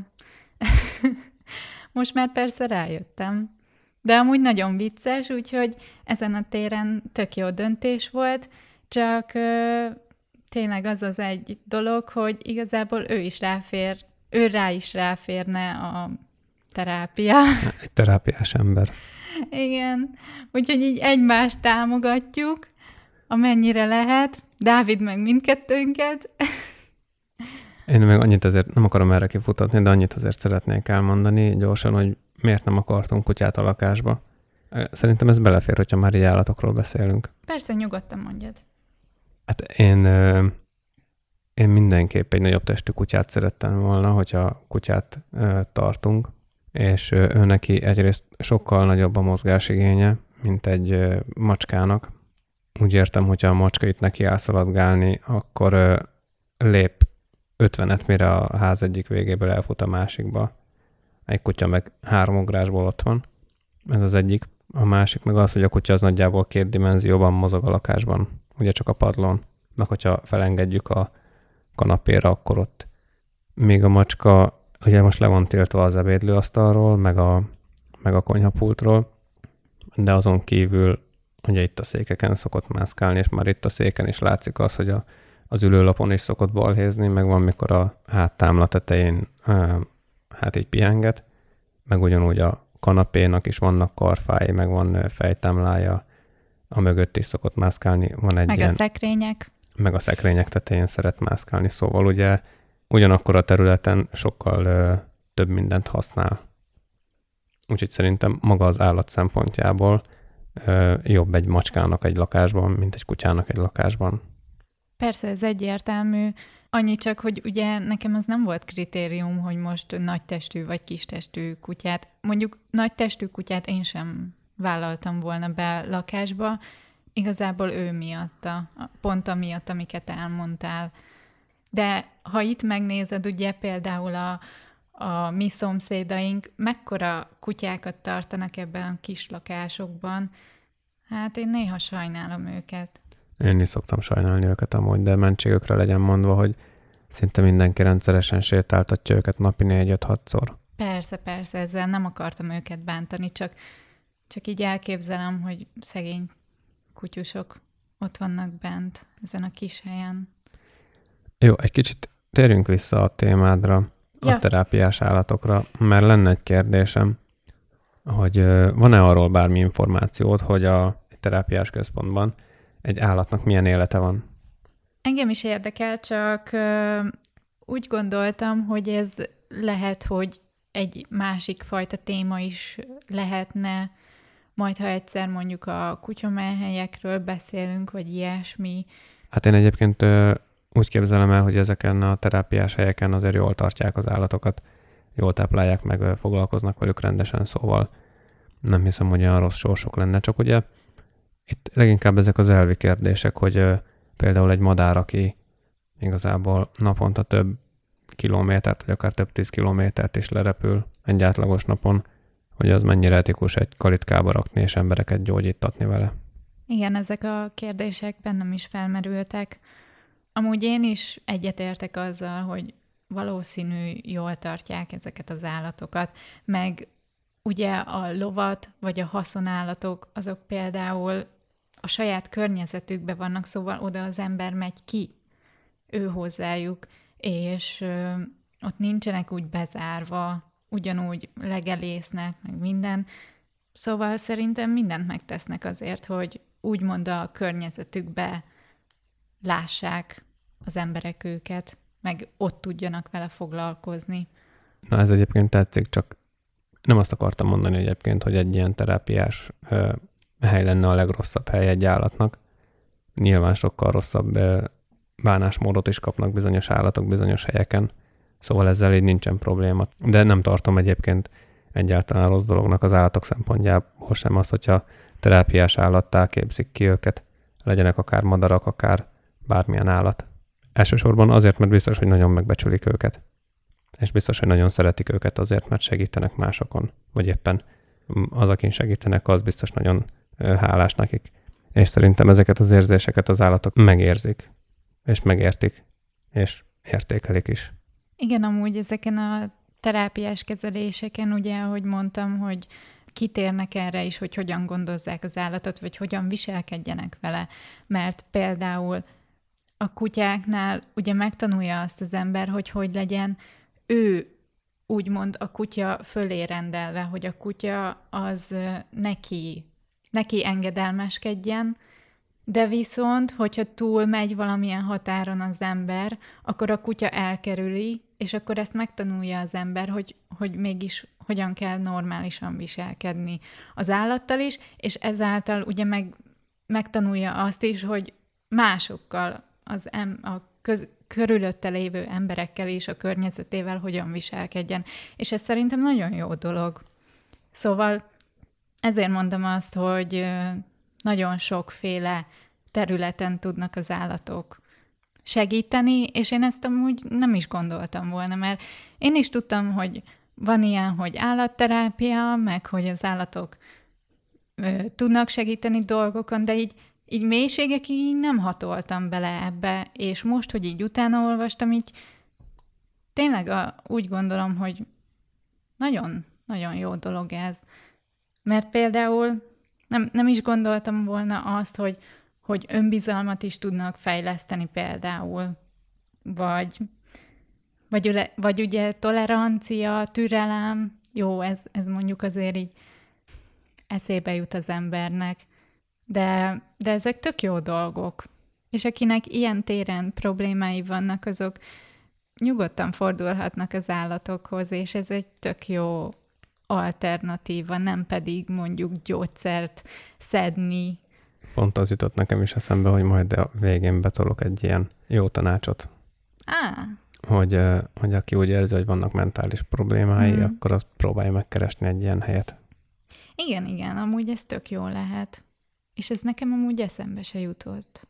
Most már persze rájöttem. De amúgy nagyon vicces, úgyhogy ezen a téren tök jó döntés volt, csak ö, tényleg az az egy dolog, hogy igazából ő is ráfér, ő rá is ráférne a terápia. Egy terápiás ember. Igen, úgyhogy így egymást támogatjuk, amennyire lehet. Dávid meg mindkettőnket. Én meg annyit azért, nem akarom erre kifutatni, de annyit azért szeretnék elmondani gyorsan, hogy miért nem akartunk kutyát a lakásba. Szerintem ez belefér, hogyha már így állatokról beszélünk. Persze, nyugodtan mondjad. Hát én, én mindenképp egy nagyobb testű kutyát szerettem volna, hogyha kutyát tartunk, és ő neki egyrészt sokkal nagyobb a mozgásigénye, mint egy macskának. Úgy értem, hogyha a macska itt neki elszaladgálni, akkor lép ötvenet, mire a ház egyik végéből elfut a másikba. Egy kutya meg három ugrásból ott van. Ez az egyik. A másik meg az, hogy a kutya az nagyjából két dimenzióban mozog a lakásban. Ugye csak a padlón. Meg hogyha felengedjük a kanapéra, akkor ott még a macska, ugye most le van tiltva az ebédlőasztalról, meg a, meg a konyhapultról, de azon kívül ugye itt a székeken szokott mászkálni, és már itt a széken is látszik az, hogy a az ülőlapon is szokott balhézni, meg van, mikor a háttámla tetején hát így pihenget, meg ugyanúgy a kanapénak is vannak karfái, meg van fejtámlája, a mögött is szokott mászkálni. Van egy meg ilyen, a szekrények. Meg a szekrények tetején szeret mászkálni, szóval ugye ugyanakkor a területen sokkal ö, több mindent használ. Úgyhogy szerintem maga az állat szempontjából ö, jobb egy macskának egy lakásban, mint egy kutyának egy lakásban. Persze, ez egyértelmű. Annyi csak, hogy ugye nekem az nem volt kritérium, hogy most nagy testű vagy kis testű kutyát. Mondjuk nagy testű kutyát én sem vállaltam volna be lakásba. Igazából ő miatta, pont amiatt, amiket elmondtál. De ha itt megnézed, ugye például a, a mi szomszédaink mekkora kutyákat tartanak ebben a kis lakásokban, hát én néha sajnálom őket. Én is szoktam sajnálni őket amúgy, de mentségükre legyen mondva, hogy szinte mindenki rendszeresen sétáltatja őket napi négy-öt-hatszor. Persze, persze, ezzel nem akartam őket bántani, csak, csak így elképzelem, hogy szegény kutyusok ott vannak bent ezen a kis helyen. Jó, egy kicsit térjünk vissza a témádra, ja. A terápiás állatokra, mert lenne egy kérdésem, hogy van-e arról bármi információt, hogy a terápiás központban egy állatnak milyen élete van? Engem is érdekel, csak ö, úgy gondoltam, hogy ez lehet, hogy egy másik fajta téma is lehetne, majd ha egyszer mondjuk a kutyamelhelyekről beszélünk, vagy ilyesmi. Hát én egyébként ö, úgy képzelem el, hogy ezeken a terápiás helyeken azért jól tartják az állatokat, jól táplálják meg, ö, foglalkoznak velük rendesen, szóval nem hiszem, hogy olyan rossz sorsok lenne, csak ugye itt leginkább ezek az elvi kérdések, hogy ö, például egy madár, aki igazából naponta több kilométert, vagy akár több tíz kilométert is lerepül egy átlagos napon, hogy az mennyire etikus egy kalitkába rakni és embereket gyógyítatni vele. Igen, ezek a kérdések bennem is felmerültek. Amúgy én is egyetértek azzal, hogy valószínű jól tartják ezeket az állatokat, meg ugye a lovat, vagy a haszonállatok, azok például a saját környezetükben vannak, szóval oda az ember megy ki, ő hozzájuk, és ö, ott nincsenek úgy bezárva, ugyanúgy legelésznek, meg minden. Szóval szerintem mindent megtesznek azért, hogy úgymond a környezetükbe lássák az emberek őket, meg ott tudjanak vele foglalkozni. Na ez egyébként tetszik, csak nem azt akartam mondani egyébként, hogy egy ilyen terápiás ö, hely lenne a legrosszabb hely egy állatnak. Nyilván sokkal rosszabb ö, bánásmódot is kapnak bizonyos állatok bizonyos helyeken, szóval ezzel így nincsen probléma. De nem tartom egyébként egyáltalán rossz dolognak az állatok szempontjából sem az, hogyha terápiás állattá képzik ki őket, legyenek akár madarak, akár bármilyen állat. Elsősorban azért, mert biztos, hogy nagyon megbecsülik őket. és biztos, hogy nagyon szeretik őket azért, mert segítenek másokon, vagy éppen az, akin segítenek, az biztos nagyon hálás nekik. És szerintem ezeket az érzéseket az állatok megérzik, és megértik, és értékelik is. Igen, amúgy ezeken a terápiás kezeléseken, ugye, ahogy mondtam, hogy kitérnek erre is, hogy hogyan gondozzák az állatot, vagy hogyan viselkedjenek vele. Mert például a kutyáknál ugye megtanulja azt az ember, hogy hogy legyen ő úgymond a kutya fölé rendelve, hogy a kutya az neki, neki engedelmeskedjen, de viszont, hogyha túl megy valamilyen határon az ember, akkor a kutya elkerüli, és akkor ezt megtanulja az ember, hogy, hogy mégis hogyan kell normálisan viselkedni az állattal is, és ezáltal ugye meg, megtanulja azt is, hogy másokkal, az em, a köz, körülötte lévő emberekkel és a környezetével hogyan viselkedjen. És ez szerintem nagyon jó dolog. Szóval ezért mondom azt, hogy nagyon sokféle területen tudnak az állatok segíteni, és én ezt amúgy nem is gondoltam volna, mert én is tudtam, hogy van ilyen, hogy állatterápia, meg hogy az állatok ö, tudnak segíteni dolgokon, de így, így mélységekig így nem hatoltam bele ebbe, és most, hogy így utána olvastam, így tényleg a, úgy gondolom, hogy nagyon, nagyon jó dolog ez. Mert például nem, nem is gondoltam volna azt, hogy, hogy önbizalmat is tudnak fejleszteni például, vagy, vagy, vagy ugye tolerancia, türelem, jó, ez, ez mondjuk azért így eszébe jut az embernek, de, de ezek tök jó dolgok. És akinek ilyen téren problémái vannak, azok nyugodtan fordulhatnak az állatokhoz, és ez egy tök jó alternatíva, nem pedig mondjuk gyógyszert szedni. Pont az jutott nekem is eszembe, hogy majd a végén betolok egy ilyen jó tanácsot. Á. Hogy, hogy aki úgy érzi, hogy vannak mentális problémái, mm. akkor azt próbálja megkeresni egy ilyen helyet. Igen, igen, amúgy ez tök jó lehet. És ez nekem amúgy eszembe se jutott.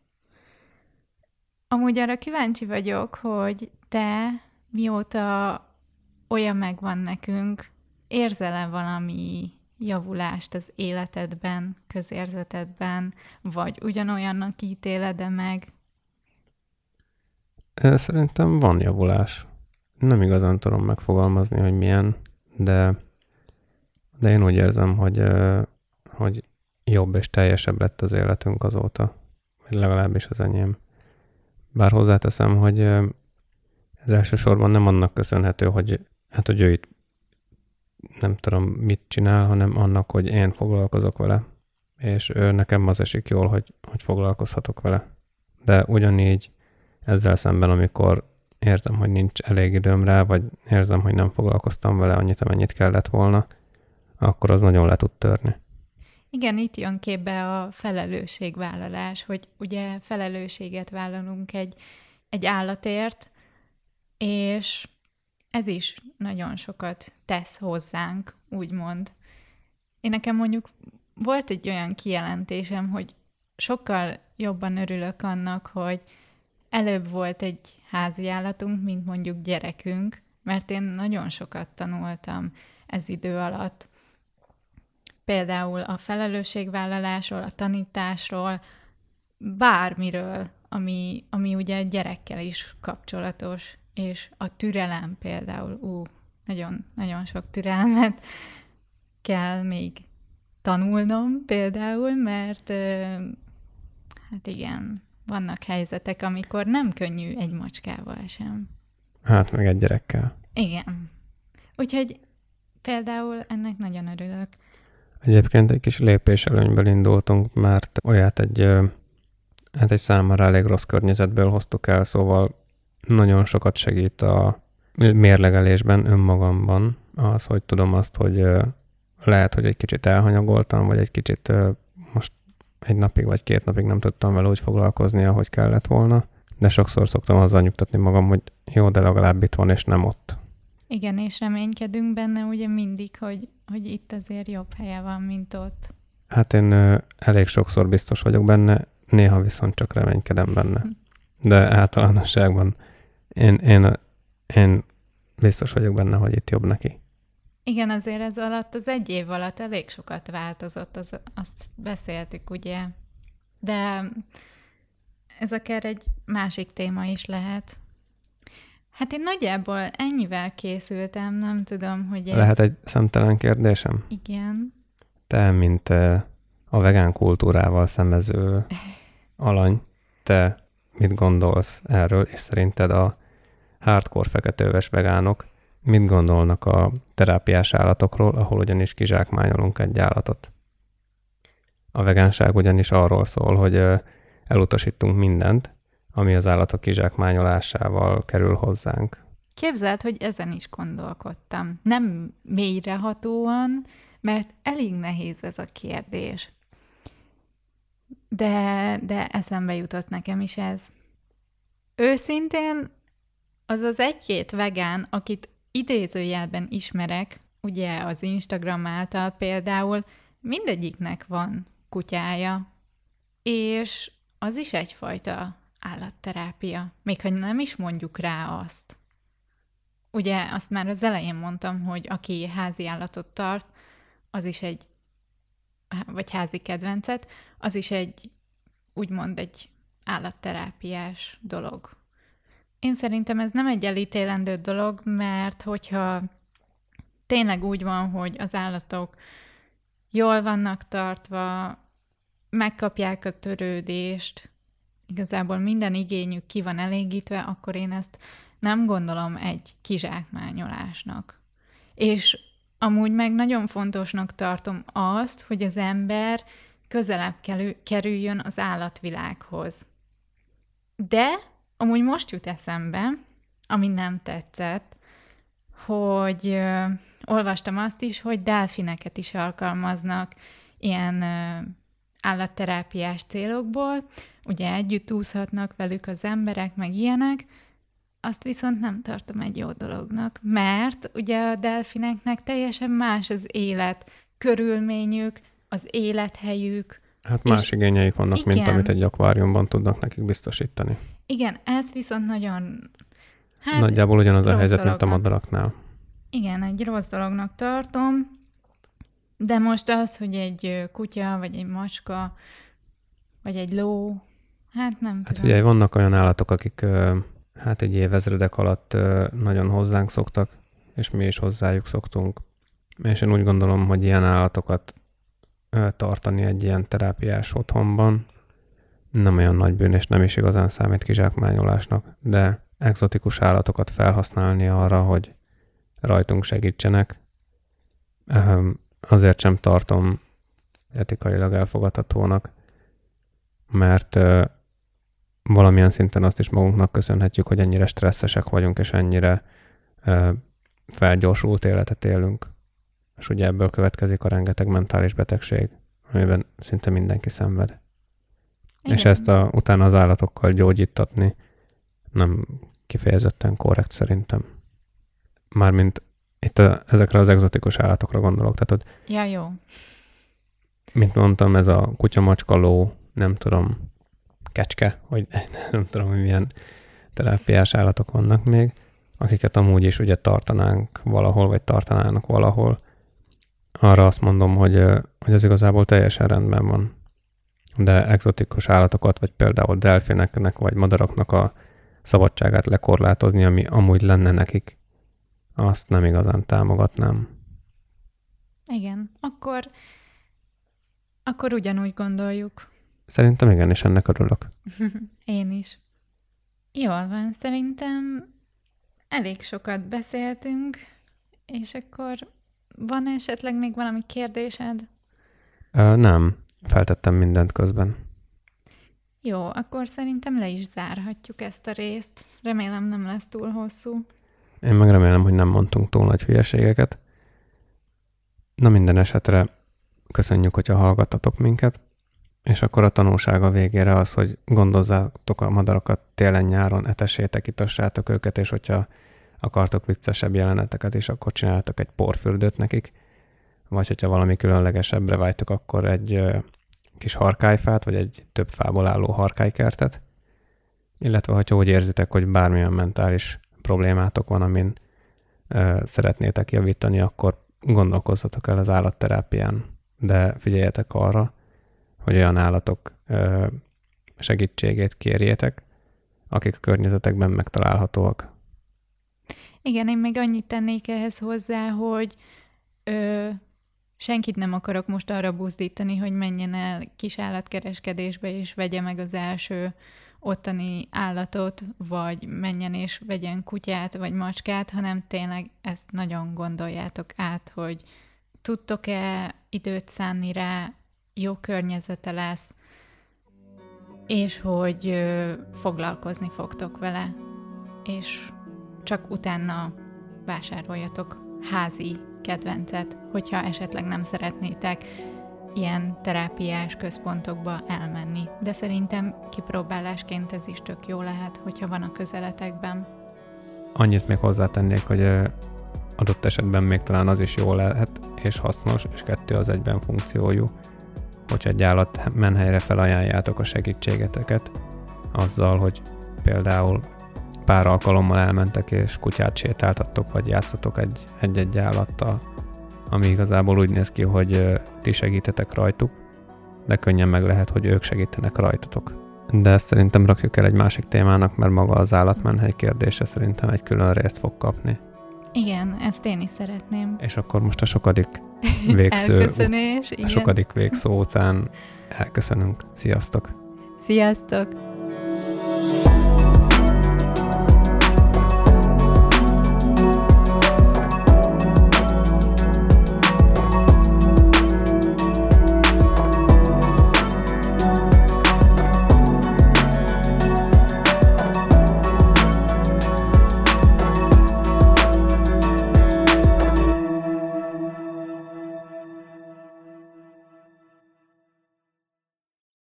Amúgy arra kíváncsi vagyok, hogy te mióta olyan megvan nekünk, érzel-e valami javulást az életedben, közérzetedben, vagy ugyanolyannak ítéled-e meg? Szerintem van javulás. Nem igazán tudom megfogalmazni, hogy milyen, de, de én úgy érzem, hogy, hogy jobb és teljesebb lett az életünk azóta, vagy legalábbis az enyém. Bár hozzáteszem, hogy ez elsősorban nem annak köszönhető, hogy, hát, hogy ő itt nem tudom mit csinál, hanem annak, hogy én foglalkozok vele, és ő, nekem az esik jól, hogy, hogy foglalkozhatok vele. De ugyanígy ezzel szemben, amikor érzem, hogy nincs elég időm rá, vagy érzem, hogy nem foglalkoztam vele annyit, amennyit kellett volna, akkor az nagyon le tud törni. Igen, itt jön képbe a felelősségvállalás, hogy ugye felelősséget vállalunk egy, egy állatért, és ez is nagyon sokat tesz hozzánk, úgymond. Én nekem mondjuk volt egy olyan kijelentésem, hogy sokkal jobban örülök annak, hogy előbb volt egy házi állatunk, mint mondjuk gyerekünk, mert én nagyon sokat tanultam ez idő alatt. Például a felelősségvállalásról, a tanításról, bármiről, ami, ami ugye gyerekkel is kapcsolatos, és a türelem például, ú, nagyon, nagyon sok türelmet kell még tanulnom például, mert hát igen, vannak helyzetek, amikor nem könnyű egy macskával sem. Hát meg egy gyerekkel. Igen. Úgyhogy például ennek nagyon örülök. Egyébként egy kis lépéselőnyből indultunk, mert olyat egy, hát egy számára elég rossz környezetből hoztuk el, szóval nagyon sokat segít a mérlegelésben önmagamban az, hogy tudom azt, hogy lehet, hogy egy kicsit elhanyagoltam, vagy egy kicsit most egy napig vagy két napig nem tudtam vele úgy foglalkozni, ahogy kellett volna, de sokszor szoktam azzal nyugtatni magam, hogy jó, de legalább itt van, és nem ott. Igen, és reménykedünk benne ugye mindig, hogy, hogy itt azért jobb helye van, mint ott. Hát én ö, elég sokszor biztos vagyok benne, néha viszont csak reménykedem benne. De általánosságban én, én, én biztos vagyok benne, hogy itt jobb neki. Igen, azért ez alatt, az egy év alatt elég sokat változott, az, azt beszéltük, ugye? De ez akár egy másik téma is lehet. Hát én nagyjából ennyivel készültem, nem tudom, hogy ez... Lehet egy szemtelen kérdésem? Igen. Te, mint a vegán kultúrával szembező alany, te mit gondolsz erről, és szerinted a hardcore feketőves vegánok mit gondolnak a terápiás állatokról, ahol ugyanis kizsákmányolunk egy állatot? A vegánság ugyanis arról szól, hogy elutasítunk mindent, ami az állatok kizsákmányolásával kerül hozzánk. Képzeld, hogy ezen is gondolkodtam. Nem mélyrehatóan, mert elég nehéz ez a kérdés. De, de eszembe jutott nekem is ez. Őszintén az az egy-két vegán, akit idézőjelben ismerek, ugye az Instagram által például, mindegyiknek van kutyája, és az is egyfajta állatterápia, még ha nem is mondjuk rá azt. Ugye azt már az elején mondtam, hogy aki házi állatot tart, az is egy, vagy házi kedvencet, az is egy, úgymond egy állatterápiás dolog. Én szerintem ez nem egy elítélendő dolog, mert hogyha tényleg úgy van, hogy az állatok jól vannak tartva, megkapják a törődést, igazából minden igényük ki van elégítve, akkor én ezt nem gondolom egy kizsákmányolásnak. És amúgy meg nagyon fontosnak tartom azt, hogy az ember közelebb kerüljön az állatvilághoz. De amúgy most jut eszembe, ami nem tetszett, hogy ö, olvastam azt is, hogy delfineket is alkalmaznak ilyen ö, állatterápiás célokból, ugye együtt úszhatnak velük az emberek, meg ilyenek, azt viszont nem tartom egy jó dolognak, mert ugye a delfineknek teljesen más az élet körülményük, az élethelyük. Hát más igényeik vannak, igen, mint amit egy akváriumban tudnak nekik biztosítani. Igen, ez viszont nagyon... Hát nagyjából ugyanaz a helyzet, dolognak. Mint a madaraknál. Igen, egy rossz dolognak tartom, de most az, hogy egy kutya, vagy egy macska, vagy egy ló, hát nem hát tudom. Hát ugye vannak olyan állatok, akik hát egy évezredek alatt nagyon hozzánk szoktak, és mi is hozzájuk szoktunk. És én úgy gondolom, hogy ilyen állatokat tartani egy ilyen terápiás otthonban nem olyan nagy bűn, és nem is igazán számít kizsákmányolásnak, de egzotikus állatokat felhasználni arra, hogy rajtunk segítsenek, azért sem tartom etikailag elfogadhatónak, mert valamilyen szinten azt is magunknak köszönhetjük, hogy ennyire stresszesek vagyunk, és ennyire felgyorsult életet élünk. És ugye ebből következik a rengeteg mentális betegség, amiben szinte mindenki szenved. Igen. És ezt a, utána az állatokkal gyógyítatni nem kifejezetten korrekt szerintem. Mármint itt a, ezekre az egzotikus állatokra gondolok. Tehát ott, ja, jó. Mint mondtam, ez a kutya, macska, ló, nem tudom, kecske, hogy nem tudom, hogy milyen terápiás állatok vannak még, akiket amúgy is ugye tartanánk valahol, vagy tartanának valahol. Arra azt mondom, hogy, hogy az igazából teljesen rendben van. De egzotikus állatokat, vagy például delfineknek, vagy madaraknak a szabadságát lekorlátozni, ami amúgy lenne nekik, azt nem igazán támogatnám. Igen, akkor, akkor ugyanúgy gondoljuk. Szerintem igen, és ennek örülök. Én is. Jól van, szerintem elég sokat beszéltünk, és akkor van esetleg még valami kérdésed? Ö, nem, feltettem mindent közben. Jó, akkor szerintem le is zárhatjuk ezt a részt. Remélem nem lesz túl hosszú. Én meg remélem, hogy nem mondtunk túl nagy hülyeségeket. Na minden esetre köszönjük, hogyha hallgattatok minket, és akkor a tanulsága végére az, hogy gondozzátok a madarakat télen-nyáron, etessétek, itassátok őket, és hogyha akartok viccesebb jeleneteket is, akkor csináltok egy porfürdőt nekik, vagy hogyha valami különlegesebbre vágytok, akkor egy kis harkályfát, vagy egy több fából álló harkálykertet, illetve hogyha úgy érzitek, hogy bármilyen mentális problémátok van, amin szeretnétek javítani, akkor gondolkozzatok el az állatterápián. De figyeljetek arra, hogy olyan állatok segítségét kérjétek, akik a környezetekben megtalálhatóak. Igen, én még annyit tennék ehhez hozzá, hogy ö, senkit nem akarok most arra buzdítani, hogy menjen el kis állatkereskedésbe és vegye meg az első ottani állatot, vagy menjen és vegyen kutyát, vagy macskát, hanem tényleg ezt nagyon gondoljátok át, hogy tudtok-e időt szánni rá, jó környezete lesz, és hogy ö, foglalkozni fogtok vele, és csak utána vásároljatok házi kedvencet, hogyha esetleg nem szeretnétek ilyen terápiás központokba elmenni. De szerintem kipróbálásként ez is tök jó lehet, hogyha van a közeletekben. Annyit még hozzátennék, hogy adott esetben még talán az is jó lehet, és hasznos, és kettő az egyben funkciójú, hogyha egy állat menhelyre felajánljátok a segítségeteket, azzal, hogy például pár alkalommal elmentek, és kutyát sétáltattok, vagy játszatok egy, egy-egy állattal, ami igazából úgy néz ki, hogy ti segítetek rajtuk, de könnyen meg lehet, hogy ők segítenek rajtatok. De ezt szerintem rakjuk el egy másik témának, mert maga az állatmenhely kérdése szerintem egy külön részt fog kapni. Igen, ezt én is szeretném. És akkor most a sokadik végsző, Elköszönés, igen. A sokadik végszó után elköszönünk. Sziasztok! Sziasztok!